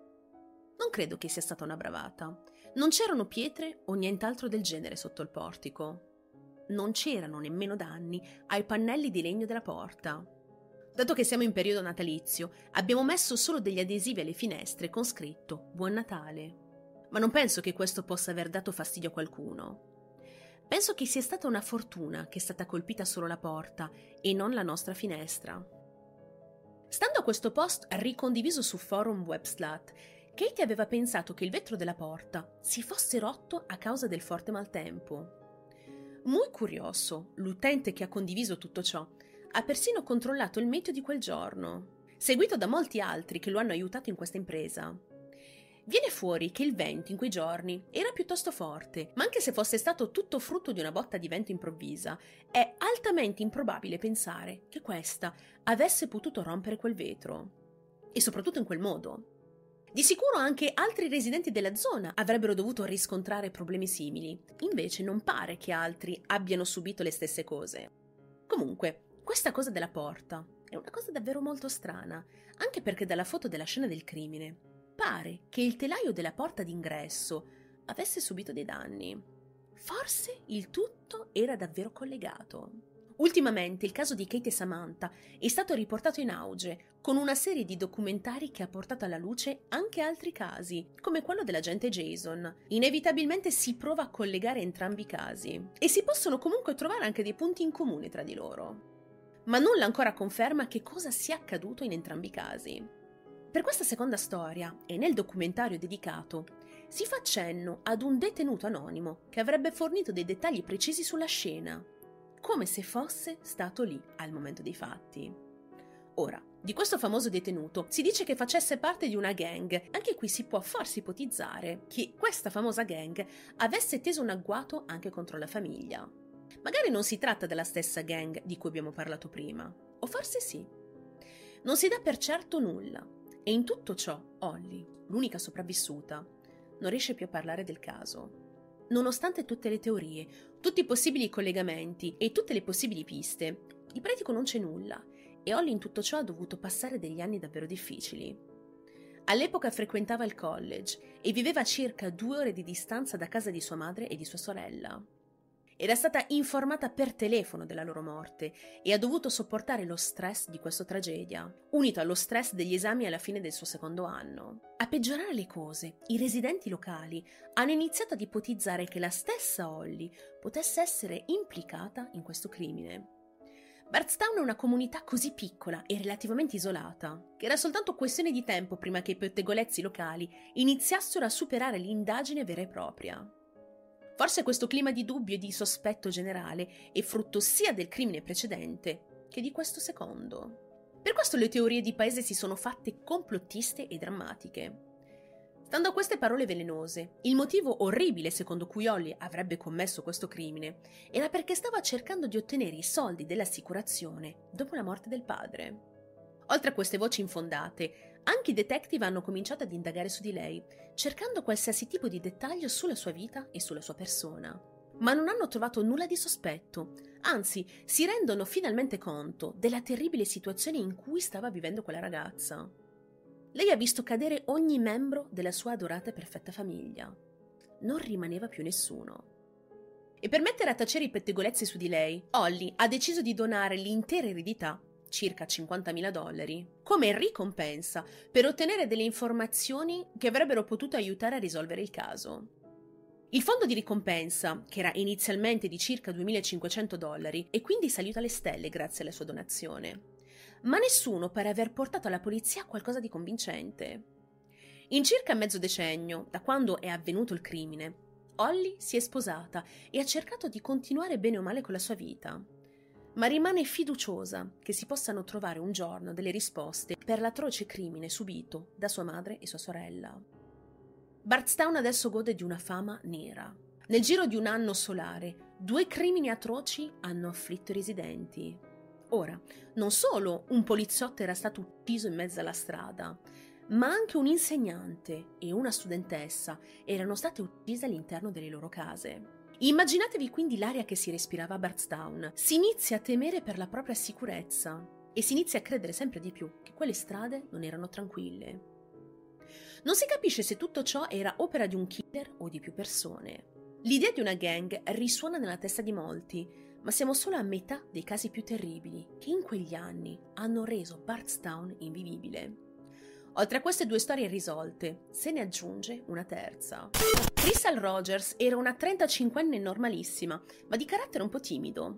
Non credo che sia stata una bravata. Non c'erano pietre o nient'altro del genere sotto il portico. Non c'erano nemmeno danni ai pannelli di legno della porta. Dato che siamo in periodo natalizio, abbiamo messo solo degli adesivi alle finestre con scritto Buon Natale. Ma non penso che questo possa aver dato fastidio a qualcuno. Penso che sia stata una fortuna che è stata colpita solo la porta e non la nostra finestra. Stando a questo post ricondiviso su forum Webslat, Katie aveva pensato che il vetro della porta si fosse rotto a causa del forte maltempo. Muy curioso, l'utente che ha condiviso tutto ciò ha persino controllato il meteo di quel giorno, seguito da molti altri che lo hanno aiutato in questa impresa. Viene fuori che il vento in quei giorni era piuttosto forte, ma anche se fosse stato tutto frutto di una botta di vento improvvisa, è altamente improbabile pensare che questa avesse potuto rompere quel vetro. E soprattutto in quel modo. Di sicuro anche altri residenti della zona avrebbero dovuto riscontrare problemi simili, invece non pare che altri abbiano subito le stesse cose. Comunque, questa cosa della porta è una cosa davvero molto strana, anche perché dalla foto della scena del crimine pare che il telaio della porta d'ingresso avesse subito dei danni. Forse il tutto era davvero collegato. Ultimamente il caso di Kate e Samantha è stato riportato in auge con una serie di documentari che ha portato alla luce anche altri casi, come quello dell'agente Jason. Inevitabilmente si prova a collegare entrambi i casi e si possono comunque trovare anche dei punti in comune tra di loro. Ma nulla ancora conferma che cosa sia accaduto in entrambi i casi. Per questa seconda storia e nel documentario dedicato si fa cenno ad un detenuto anonimo che avrebbe fornito dei dettagli precisi sulla scena, come se fosse stato lì al momento dei fatti. Ora, di questo famoso detenuto si dice che facesse parte di una gang. Anche qui si può forse ipotizzare che questa famosa gang avesse teso un agguato anche contro la famiglia. Magari non si tratta della stessa gang di cui abbiamo parlato prima, o forse sì. Non si dà per certo nulla, e in tutto ciò Holly, l'unica sopravvissuta, non riesce più a parlare del caso. Nonostante tutte le teorie, tutti i possibili collegamenti e tutte le possibili piste, in pratica non c'è nulla e Holly in tutto ciò ha dovuto passare degli anni davvero difficili. All'epoca frequentava il college e viveva a circa 2 ore di distanza da casa di sua madre e di sua sorella. Era stata informata per telefono della loro morte e ha dovuto sopportare lo stress di questa tragedia, unito allo stress degli esami alla fine del suo secondo anno. A peggiorare le cose, i residenti locali hanno iniziato ad ipotizzare che la stessa Holly potesse essere implicata in questo crimine. Bardstown è una comunità così piccola e relativamente isolata che era soltanto questione di tempo prima che i pettegolezzi locali iniziassero a superare l'indagine vera e propria. Forse questo clima di dubbio e di sospetto generale è frutto sia del crimine precedente che di questo secondo. Per questo le teorie di paese si sono fatte complottiste e drammatiche. Stando a queste parole velenose, il motivo orribile secondo cui Holly avrebbe commesso questo crimine era perché stava cercando di ottenere i soldi dell'assicurazione dopo la morte del padre. Oltre a queste voci infondate, Anche i detective hanno cominciato ad indagare su di lei, cercando qualsiasi tipo di dettaglio sulla sua vita e sulla sua persona. Ma non hanno trovato nulla di sospetto, anzi, si rendono finalmente conto della terribile situazione in cui stava vivendo quella ragazza. Lei ha visto cadere ogni membro della sua adorata e perfetta famiglia. Non rimaneva più nessuno. E per mettere a tacere i pettegolezzi su di lei, Holly ha deciso di donare l'intera eredità, circa $50.000, come ricompensa per ottenere delle informazioni che avrebbero potuto aiutare a risolvere il caso. Il fondo di ricompensa, che era inizialmente di circa $2.500, è quindi salito alle stelle grazie alla sua donazione. Ma nessuno pare aver portato alla polizia qualcosa di convincente. In circa mezzo decennio, da quando è avvenuto il crimine, Holly si è sposata e ha cercato di continuare bene o male con la sua vita, ma rimane fiduciosa che si possano trovare un giorno delle risposte per l'atroce crimine subito da sua madre e sua sorella. Bardstown adesso gode di una fama nera. Nel giro di un anno solare, 2 crimini atroci hanno afflitto i residenti. Ora, non solo un poliziotto era stato ucciso in mezzo alla strada, ma anche un insegnante e una studentessa erano state uccise all'interno delle loro case. Immaginatevi quindi l'aria che si respirava a Bardstown. Si inizia a temere per la propria sicurezza e si inizia a credere sempre di più che quelle strade non erano tranquille. Non si capisce se tutto ciò era opera di un killer o di più persone. L'idea di una gang risuona nella testa di molti, ma siamo solo a metà dei casi più terribili che in quegli anni hanno reso Bardstown invivibile. Oltre a queste 2 storie irrisolte, se ne aggiunge una terza. Crystal Rogers era una 35enne normalissima, ma di carattere un po' timido.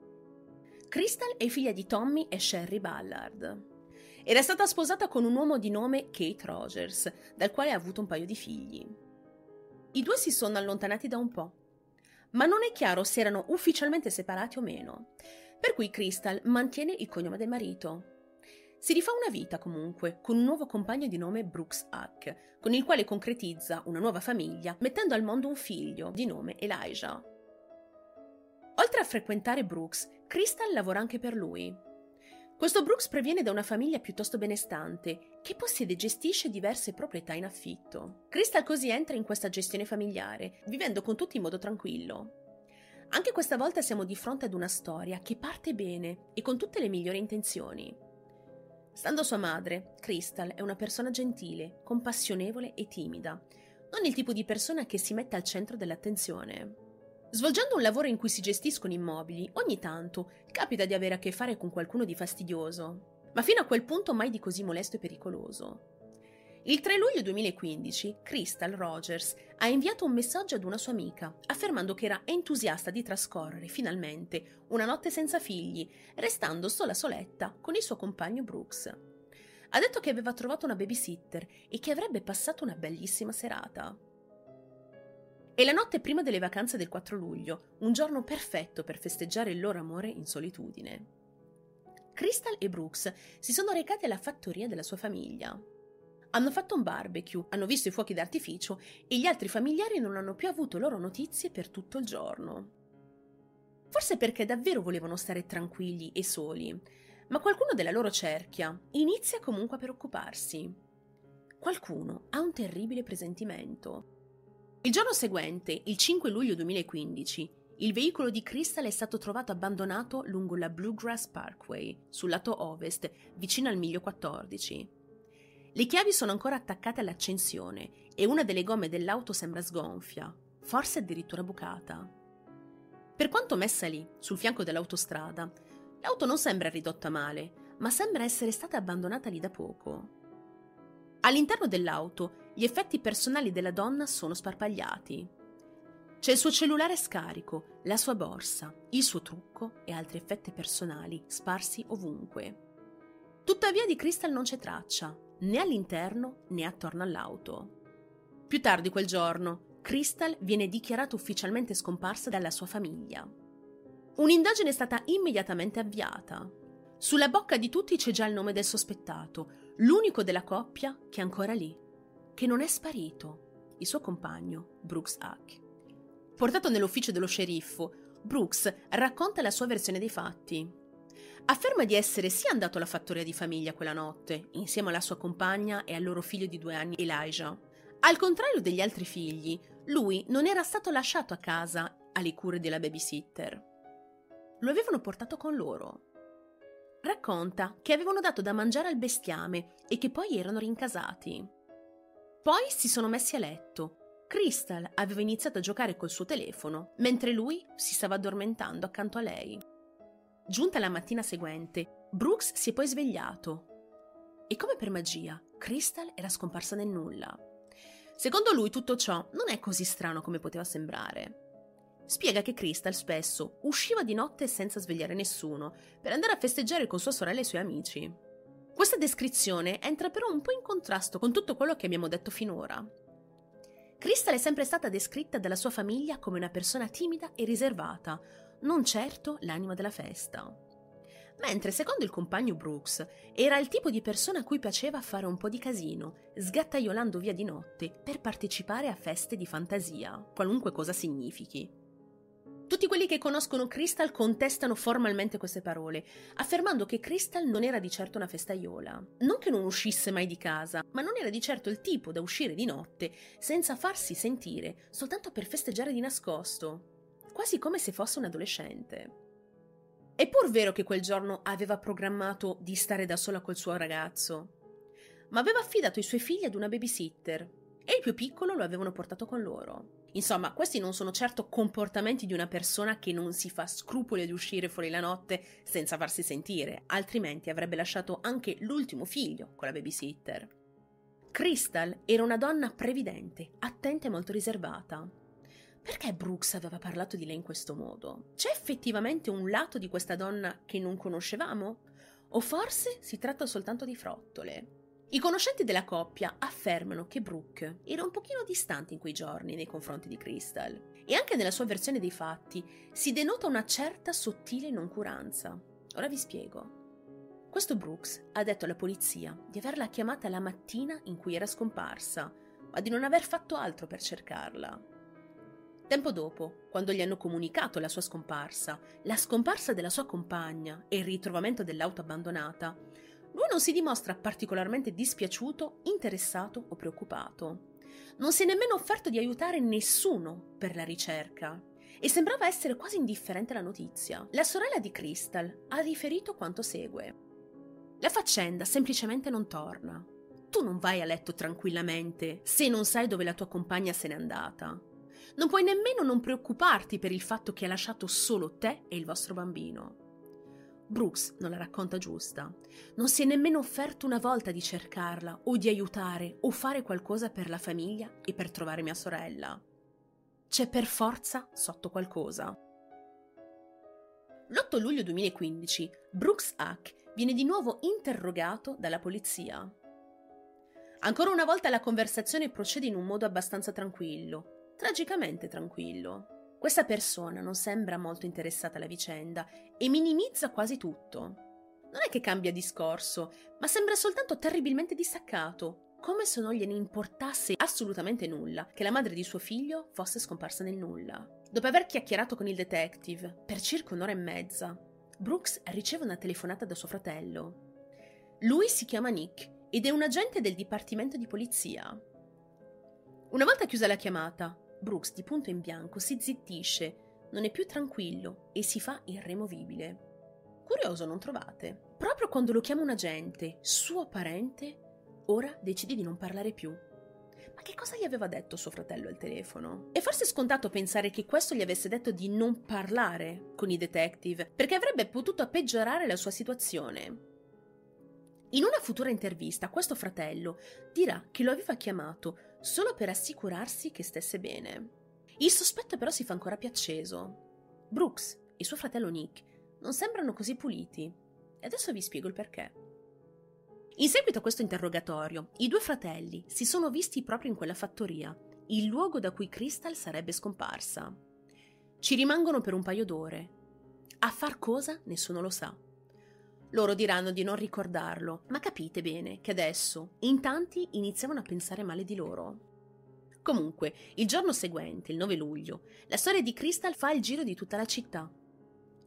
Crystal è figlia di Tommy e Sherry Ballard. Era stata sposata con un uomo di nome Kate Rogers, dal quale ha avuto un paio di figli. I 2 si sono allontanati da un po', ma non è chiaro se erano ufficialmente separati o meno, per cui Crystal mantiene il cognome del marito. Si rifà una vita comunque, con un nuovo compagno di nome Brooks Huck, con il quale concretizza una nuova famiglia, mettendo al mondo un figlio di nome Elijah. Oltre a frequentare Brooks, Crystal lavora anche per lui. Questo Brooks proviene da una famiglia piuttosto benestante, che possiede e gestisce diverse proprietà in affitto. Crystal così entra in questa gestione familiare, vivendo con tutti in modo tranquillo. Anche questa volta siamo di fronte ad una storia che parte bene e con tutte le migliori intenzioni. Stando sua madre, Crystal è una persona gentile, compassionevole e timida, non il tipo di persona che si mette al centro dell'attenzione. Svolgendo un lavoro in cui si gestiscono immobili, ogni tanto capita di avere a che fare con qualcuno di fastidioso, ma fino a quel punto mai di così molesto e pericoloso. Il 3 luglio 2015, Crystal Rogers ha inviato un messaggio ad una sua amica, affermando che era entusiasta di trascorrere, finalmente, una notte senza figli, restando soletta con il suo compagno Brooks. Ha detto che aveva trovato una babysitter e che avrebbe passato una bellissima serata. È la notte prima delle vacanze del 4 luglio, un giorno perfetto per festeggiare il loro amore in solitudine. Crystal e Brooks si sono recati alla fattoria della sua famiglia. Hanno fatto un barbecue, hanno visto i fuochi d'artificio e gli altri familiari non hanno più avuto loro notizie per tutto il giorno. Forse perché davvero volevano stare tranquilli e soli, ma qualcuno della loro cerchia inizia comunque a preoccuparsi. Qualcuno ha un terribile presentimento. Il giorno seguente, il 5 luglio 2015, il veicolo di Crystal è stato trovato abbandonato lungo la Bluegrass Parkway, sul lato ovest, vicino al miglio 14. Le chiavi sono ancora attaccate all'accensione e una delle gomme dell'auto sembra sgonfia, forse addirittura bucata. Per quanto messa lì, sul fianco dell'autostrada, l'auto non sembra ridotta male, ma sembra essere stata abbandonata lì da poco. All'interno dell'auto, gli effetti personali della donna sono sparpagliati. C'è il suo cellulare scarico, la sua borsa, il suo trucco e altri effetti personali sparsi ovunque. Tuttavia di Crystal non c'è traccia, né all'interno né attorno all'auto. Più tardi quel giorno, Crystal viene dichiarata ufficialmente scomparsa dalla sua famiglia. Un'indagine è stata immediatamente avviata. Sulla bocca di tutti c'è già il nome del sospettato, l'unico della coppia che è ancora lì, che non è sparito, il suo compagno, Brooks Huck. Portato nell'ufficio dello sceriffo, Brooks racconta la sua versione dei fatti. Afferma di essere sì andato alla fattoria di famiglia quella notte, insieme alla sua compagna e al loro figlio di 2 anni, Elijah. Al contrario degli altri figli, lui non era stato lasciato a casa alle cure della babysitter. Lo avevano portato con loro. Racconta che avevano dato da mangiare al bestiame e che poi erano rincasati. Poi si sono messi a letto. Crystal aveva iniziato a giocare col suo telefono, mentre lui si stava addormentando accanto a lei. Giunta la mattina seguente, Brooks si è poi svegliato. E come per magia, Crystal era scomparsa nel nulla. Secondo lui tutto ciò non è così strano come poteva sembrare. Spiega che Crystal spesso usciva di notte senza svegliare nessuno per andare a festeggiare con sua sorella e i suoi amici. Questa descrizione entra però un po' in contrasto con tutto quello che abbiamo detto finora. Crystal è sempre stata descritta dalla sua famiglia come una persona timida e riservata, non certo l'anima della festa. Mentre, secondo il compagno Brooks, era il tipo di persona a cui piaceva fare un po' di casino, sgattaiolando via di notte per partecipare a feste di fantasia, qualunque cosa significhi. Tutti quelli che conoscono Crystal contestano formalmente queste parole, affermando che Crystal non era di certo una festaiola. Non che non uscisse mai di casa, ma non era di certo il tipo da uscire di notte senza farsi sentire, soltanto per festeggiare di nascosto, quasi come se fosse un adolescente. È pur vero che quel giorno aveva programmato di stare da sola col suo ragazzo, ma aveva affidato i suoi figli ad una babysitter e il più piccolo lo avevano portato con loro. Insomma, questi non sono certo comportamenti di una persona che non si fa scrupoli di uscire fuori la notte senza farsi sentire, altrimenti avrebbe lasciato anche l'ultimo figlio con la babysitter. Crystal era una donna previdente, attenta e molto riservata. Perché Brooks aveva parlato di lei in questo modo? C'è effettivamente un lato di questa donna che non conoscevamo? O forse si tratta soltanto di frottole? I conoscenti della coppia affermano che Brooke era un pochino distante in quei giorni nei confronti di Crystal e anche nella sua versione dei fatti si denota una certa sottile noncuranza. Ora vi spiego. Questo Brooks ha detto alla polizia di averla chiamata la mattina in cui era scomparsa, ma di non aver fatto altro per cercarla. Tempo dopo, quando gli hanno comunicato la sua scomparsa, la scomparsa della sua compagna e il ritrovamento dell'auto abbandonata, lui non si dimostra particolarmente dispiaciuto, interessato o preoccupato. Non si è nemmeno offerto di aiutare nessuno per la ricerca e sembrava essere quasi indifferente alla notizia. La sorella di Crystal ha riferito quanto segue. La faccenda semplicemente non torna. Tu non vai a letto tranquillamente se non sai dove la tua compagna se n'è andata. Non puoi nemmeno non preoccuparti per il fatto che ha lasciato solo te e il vostro bambino. Brooks non la racconta giusta. Non si è nemmeno offerto una volta di cercarla o di aiutare o fare qualcosa per la famiglia e per trovare mia sorella. C'è per forza sotto qualcosa. L'8 luglio 2015 Brooks Hack viene di nuovo interrogato dalla polizia. Ancora una volta la conversazione procede in un modo abbastanza tranquillo, tragicamente tranquillo. Questa persona non sembra molto interessata alla vicenda e minimizza quasi tutto. Non è che cambia discorso, ma sembra soltanto terribilmente distaccato, come se non gliene importasse assolutamente nulla che la madre di suo figlio fosse scomparsa nel nulla. Dopo aver chiacchierato con il detective per circa 1 ora e mezza, Brooks riceve una telefonata da suo fratello. Lui si chiama Nick ed è un agente del dipartimento di polizia. Una volta chiusa la chiamata, Brooks di punto in bianco si zittisce, non è più tranquillo e si fa irremovibile. Curioso, non trovate? Proprio quando lo chiama un agente, suo parente, ora decide di non parlare più. Ma che cosa gli aveva detto suo fratello al telefono? È forse scontato pensare che questo gli avesse detto di non parlare con i detective, perché avrebbe potuto peggiorare la sua situazione. In una futura intervista, questo fratello dirà che lo aveva chiamato solo per assicurarsi che stesse bene. Il sospetto però si fa ancora più acceso. Brooks e suo fratello Nick non sembrano così puliti. E adesso vi spiego il perché. In seguito a questo interrogatorio, i 2 fratelli si sono visti proprio in quella fattoria, il luogo da cui Crystal sarebbe scomparsa. Ci rimangono per un paio d'ore. A far cosa nessuno lo sa. Loro diranno di non ricordarlo, ma capite bene che adesso in tanti iniziavano a pensare male di loro. Comunque, il giorno seguente, il 9 luglio, la storia di Crystal fa il giro di tutta la città.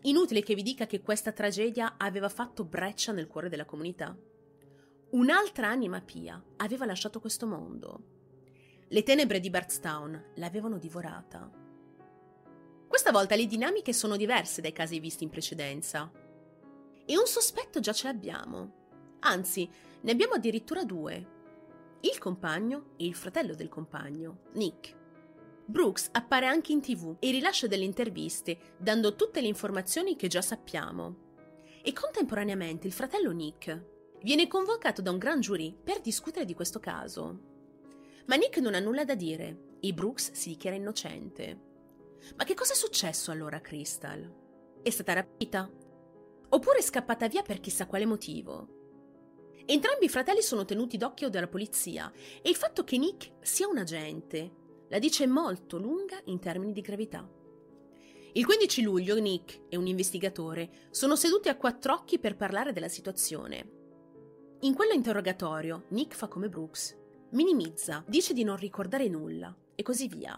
Inutile che vi dica che questa tragedia aveva fatto breccia nel cuore della comunità. Un'altra anima pia aveva lasciato questo mondo. Le tenebre di Bardstown l'avevano divorata. Questa volta le dinamiche sono diverse dai casi visti in precedenza. E un sospetto già ce l'abbiamo. Anzi, ne abbiamo addirittura due. Il compagno e il fratello del compagno, Nick. Brooks appare anche in TV e rilascia delle interviste, dando tutte le informazioni che già sappiamo. E contemporaneamente il fratello Nick viene convocato da un gran giurì per discutere di questo caso. Ma Nick non ha nulla da dire e Brooks si dichiara innocente. Ma che cosa è successo allora a Crystal? È stata rapita? Oppure è scappata via per chissà quale motivo? Entrambi i fratelli sono tenuti d'occhio dalla polizia e il fatto che Nick sia un agente la dice molto lunga in termini di gravità. Il 15 luglio Nick e un investigatore sono seduti a quattro occhi per parlare della situazione. In quello interrogatorio Nick fa come Brooks, minimizza, dice di non ricordare nulla e così via.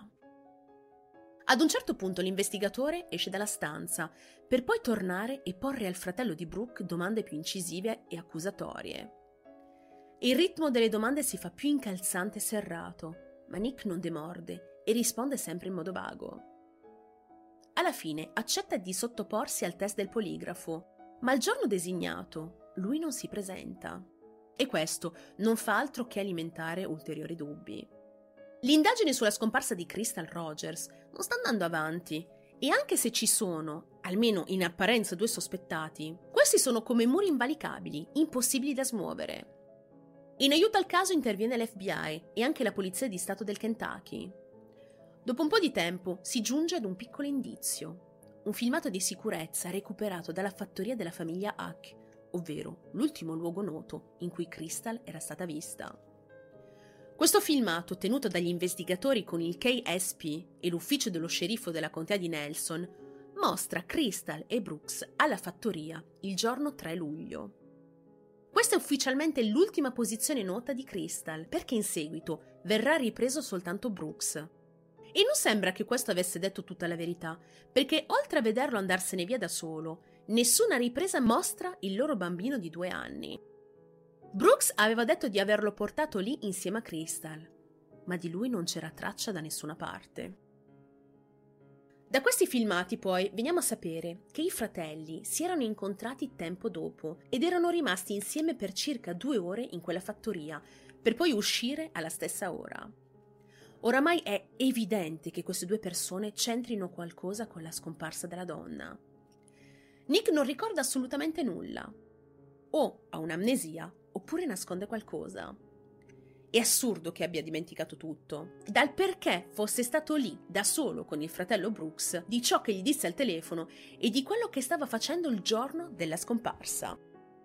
Ad un certo punto l'investigatore esce dalla stanza per poi tornare e porre al fratello di Brooke domande più incisive e accusatorie. Il ritmo delle domande si fa più incalzante e serrato, ma Nick non demorde e risponde sempre in modo vago. Alla fine accetta di sottoporsi al test del poligrafo, ma il giorno designato lui non si presenta. E questo non fa altro che alimentare ulteriori dubbi. L'indagine sulla scomparsa di Crystal Rogers non sta andando avanti e anche se ci sono, almeno in apparenza, due sospettati, questi sono come muri invalicabili, impossibili da smuovere. In aiuto al caso interviene l'FBI e anche la Polizia di Stato del Kentucky. Dopo un po' di tempo si giunge ad un piccolo indizio, un filmato di sicurezza recuperato dalla fattoria della famiglia Huck, ovvero l'ultimo luogo noto in cui Crystal era stata vista. Questo filmato, tenuto dagli investigatori con il KSP e l'ufficio dello sceriffo della contea di Nelson, mostra Crystal e Brooks alla fattoria il giorno 3 luglio. Questa è ufficialmente l'ultima posizione nota di Crystal, perché in seguito verrà ripreso soltanto Brooks. E non sembra che questo avesse detto tutta la verità, perché oltre a vederlo andarsene via da solo, nessuna ripresa mostra il loro bambino di 2 anni. Brooks aveva detto di averlo portato lì insieme a Crystal, ma di lui non c'era traccia da nessuna parte. Da questi filmati poi veniamo a sapere che i fratelli si erano incontrati tempo dopo ed erano rimasti insieme per circa 2 ore in quella fattoria, per poi uscire alla stessa ora. Oramai è evidente che queste due persone c'entrino qualcosa con la scomparsa della donna. Nick non ricorda assolutamente nulla, o ha un'amnesia, oppure nasconde qualcosa. È assurdo che abbia dimenticato tutto, dal perché fosse stato lì da solo con il fratello Brooks, di ciò che gli disse al telefono e di quello che stava facendo il giorno della scomparsa.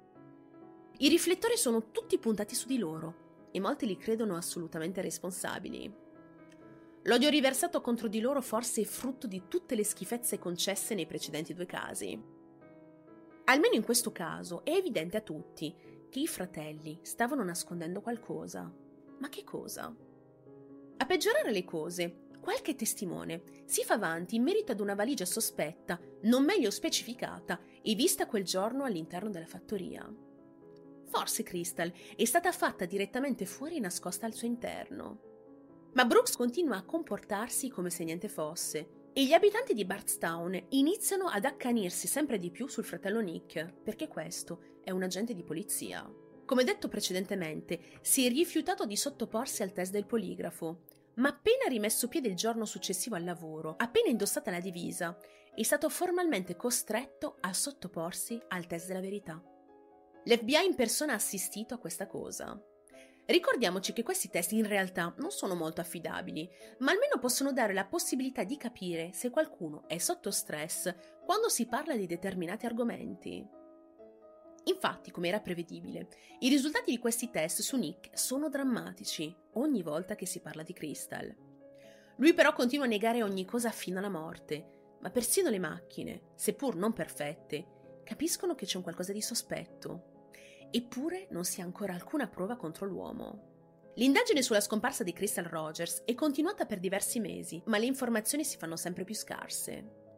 I riflettori sono tutti puntati su di loro e molti li credono assolutamente responsabili. L'odio riversato contro di loro forse è frutto di tutte le schifezze concesse nei precedenti 2 casi. Almeno in questo caso è evidente a tutti che i fratelli stavano nascondendo qualcosa. Ma che cosa? A peggiorare le cose, qualche testimone si fa avanti in merito ad una valigia sospetta, non meglio specificata e vista quel giorno all'interno della fattoria. Forse Crystal è stata fatta direttamente fuori e nascosta al suo interno. Ma Brooks continua a comportarsi come se niente fosse e gli abitanti di Bardstown iniziano ad accanirsi sempre di più sul fratello Nick, perché questo è un agente di polizia. Come detto precedentemente, si è rifiutato di sottoporsi al test del poligrafo, ma appena rimesso piede il giorno successivo al lavoro, appena indossata la divisa, è stato formalmente costretto a sottoporsi al test della verità. L'FBI in persona ha assistito a questa cosa. Ricordiamoci che questi test in realtà non sono molto affidabili, ma almeno possono dare la possibilità di capire se qualcuno è sotto stress quando si parla di determinati argomenti. Infatti, come era prevedibile, i risultati di questi test su Nick sono drammatici ogni volta che si parla di Crystal. Lui però continua a negare ogni cosa fino alla morte, ma persino le macchine, seppur non perfette, capiscono che c'è un qualcosa di sospetto. Eppure non si ha ancora alcuna prova contro l'uomo. L'indagine sulla scomparsa di Crystal Rogers è continuata per diversi mesi, ma le informazioni si fanno sempre più scarse.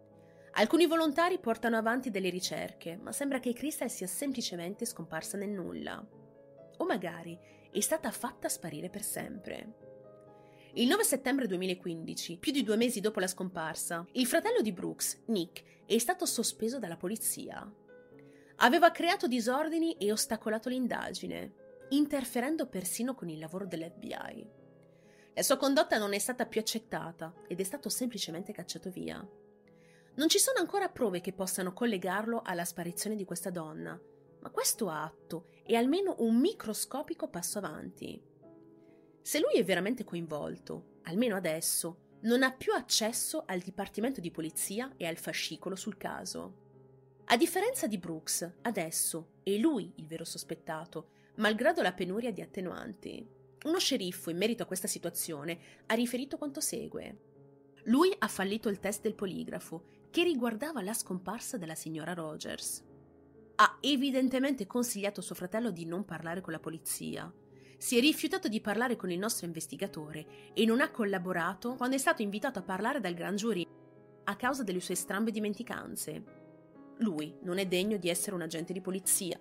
Alcuni volontari portano avanti delle ricerche, ma sembra che Crystal sia semplicemente scomparsa nel nulla. O magari è stata fatta sparire per sempre. Il 9 settembre 2015, più di 2 mesi dopo la scomparsa, il fratello di Brooks, Nick, è stato sospeso dalla polizia. Aveva creato disordini e ostacolato l'indagine, interferendo persino con il lavoro dell'FBI. La sua condotta non è stata più accettata ed è stato semplicemente cacciato via. Non ci sono ancora prove che possano collegarlo alla sparizione di questa donna, ma questo atto è almeno un microscopico passo avanti. Se lui è veramente coinvolto, almeno adesso, non ha più accesso al dipartimento di polizia e al fascicolo sul caso. A differenza di Brooks, adesso è lui il vero sospettato, malgrado la penuria di attenuanti. Uno sceriffo, in merito a questa situazione, ha riferito quanto segue. Lui ha fallito il test del poligrafo, che riguardava la scomparsa della signora Rogers. Ha evidentemente consigliato a suo fratello di non parlare con la polizia. Si è rifiutato di parlare con il nostro investigatore e non ha collaborato quando è stato invitato a parlare dal grand jury a causa delle sue strambe dimenticanze. Lui non è degno di essere un agente di polizia.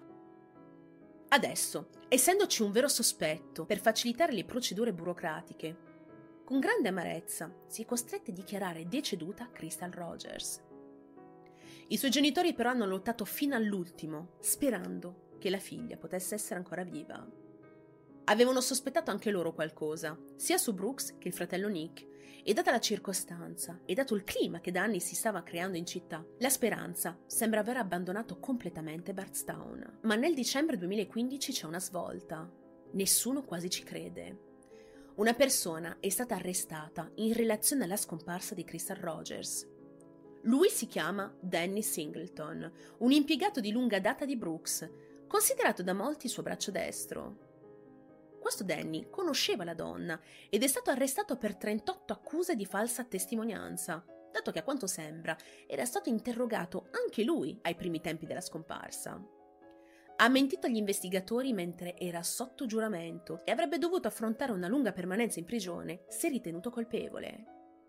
Adesso, essendoci un vero sospetto per facilitare le procedure burocratiche, con grande amarezza si è costretti a dichiarare deceduta Crystal Rogers. I suoi genitori però hanno lottato fino all'ultimo, sperando che la figlia potesse essere ancora viva. Avevano sospettato anche loro qualcosa, sia su Brooks che il fratello Nick, e data la circostanza e dato il clima che da anni si stava creando in città, la speranza sembra aver abbandonato completamente Bardstown. Ma nel dicembre 2015 c'è una svolta. Nessuno quasi ci crede. Una persona è stata arrestata in relazione alla scomparsa di Crystal Rogers. Lui si chiama Danny Singleton, un impiegato di lunga data di Brooks, considerato da molti il suo braccio destro. Questo Danny conosceva la donna ed è stato arrestato per 38 accuse di falsa testimonianza, dato che a quanto sembra era stato interrogato anche lui ai primi tempi della scomparsa. Ha mentito agli investigatori mentre era sotto giuramento e avrebbe dovuto affrontare una lunga permanenza in prigione se ritenuto colpevole.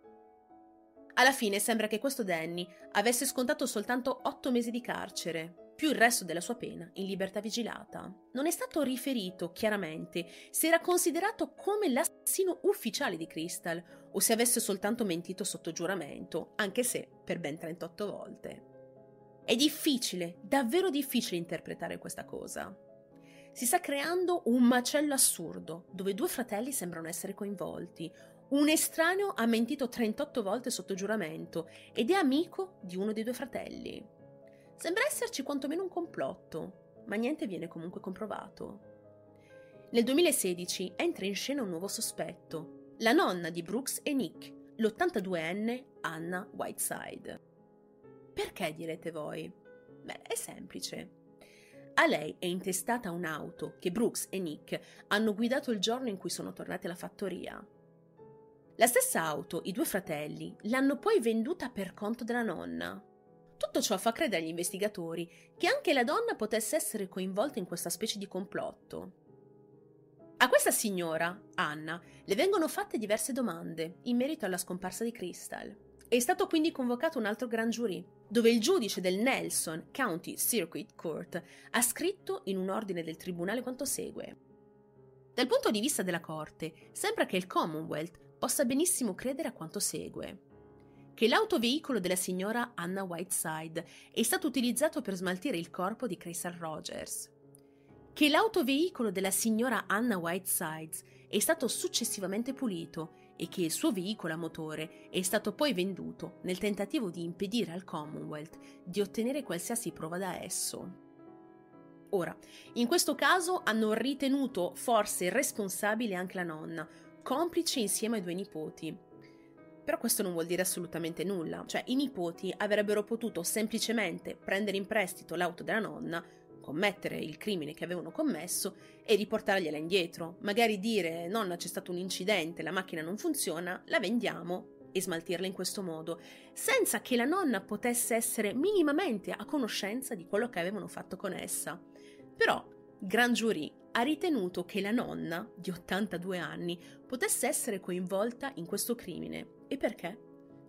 Alla fine sembra che questo Danny avesse scontato soltanto 8 mesi di carcere, più il resto della sua pena in libertà vigilata. Non è stato riferito chiaramente se era considerato come l'assassino ufficiale di Crystal o se avesse soltanto mentito sotto giuramento, anche se per ben 38 volte. È difficile, davvero difficile interpretare questa cosa. Si sta creando un macello assurdo, dove 2 fratelli sembrano essere coinvolti. Un estraneo ha mentito 38 volte sotto giuramento ed è amico di uno dei 2 fratelli. Sembra esserci quantomeno un complotto, ma niente viene comunque comprovato. Nel 2016 entra in scena un nuovo sospetto, la nonna di Brooks e Nick, l'82enne Anna Whiteside. Perché, direte voi? Beh, è semplice. A lei è intestata un'auto che Brooks e Nick hanno guidato il giorno in cui sono tornati alla fattoria. La stessa auto, i 2 fratelli, l'hanno poi venduta per conto della nonna. Tutto ciò fa credere agli investigatori che anche la donna potesse essere coinvolta in questa specie di complotto. A questa signora, Anna, le vengono fatte diverse domande in merito alla scomparsa di Crystal. È stato quindi convocato un altro grand jury, dove il giudice del Nelson County Circuit Court ha scritto in un ordine del tribunale quanto segue. Dal punto di vista della Corte, sembra che il Commonwealth possa benissimo credere a quanto segue. Che l'autoveicolo della signora Anna Whiteside è stato utilizzato per smaltire il corpo di Crystal Rogers. Che l'autoveicolo della signora Anna Whiteside è stato successivamente pulito e che il suo veicolo a motore è stato poi venduto nel tentativo di impedire al Commonwealth di ottenere qualsiasi prova da esso. Ora, in questo caso hanno ritenuto forse responsabile anche la nonna, complice insieme ai 2 nipoti. Però questo non vuol dire assolutamente nulla, cioè i nipoti avrebbero potuto semplicemente prendere in prestito l'auto della nonna, commettere il crimine che avevano commesso e riportargliela indietro, magari dire nonna c'è stato un incidente, la macchina non funziona, la vendiamo e smaltirla in questo modo, senza che la nonna potesse essere minimamente a conoscenza di quello che avevano fatto con essa. Però Grand Jury ha ritenuto che la nonna, di 82 anni, potesse essere coinvolta in questo crimine. E perché?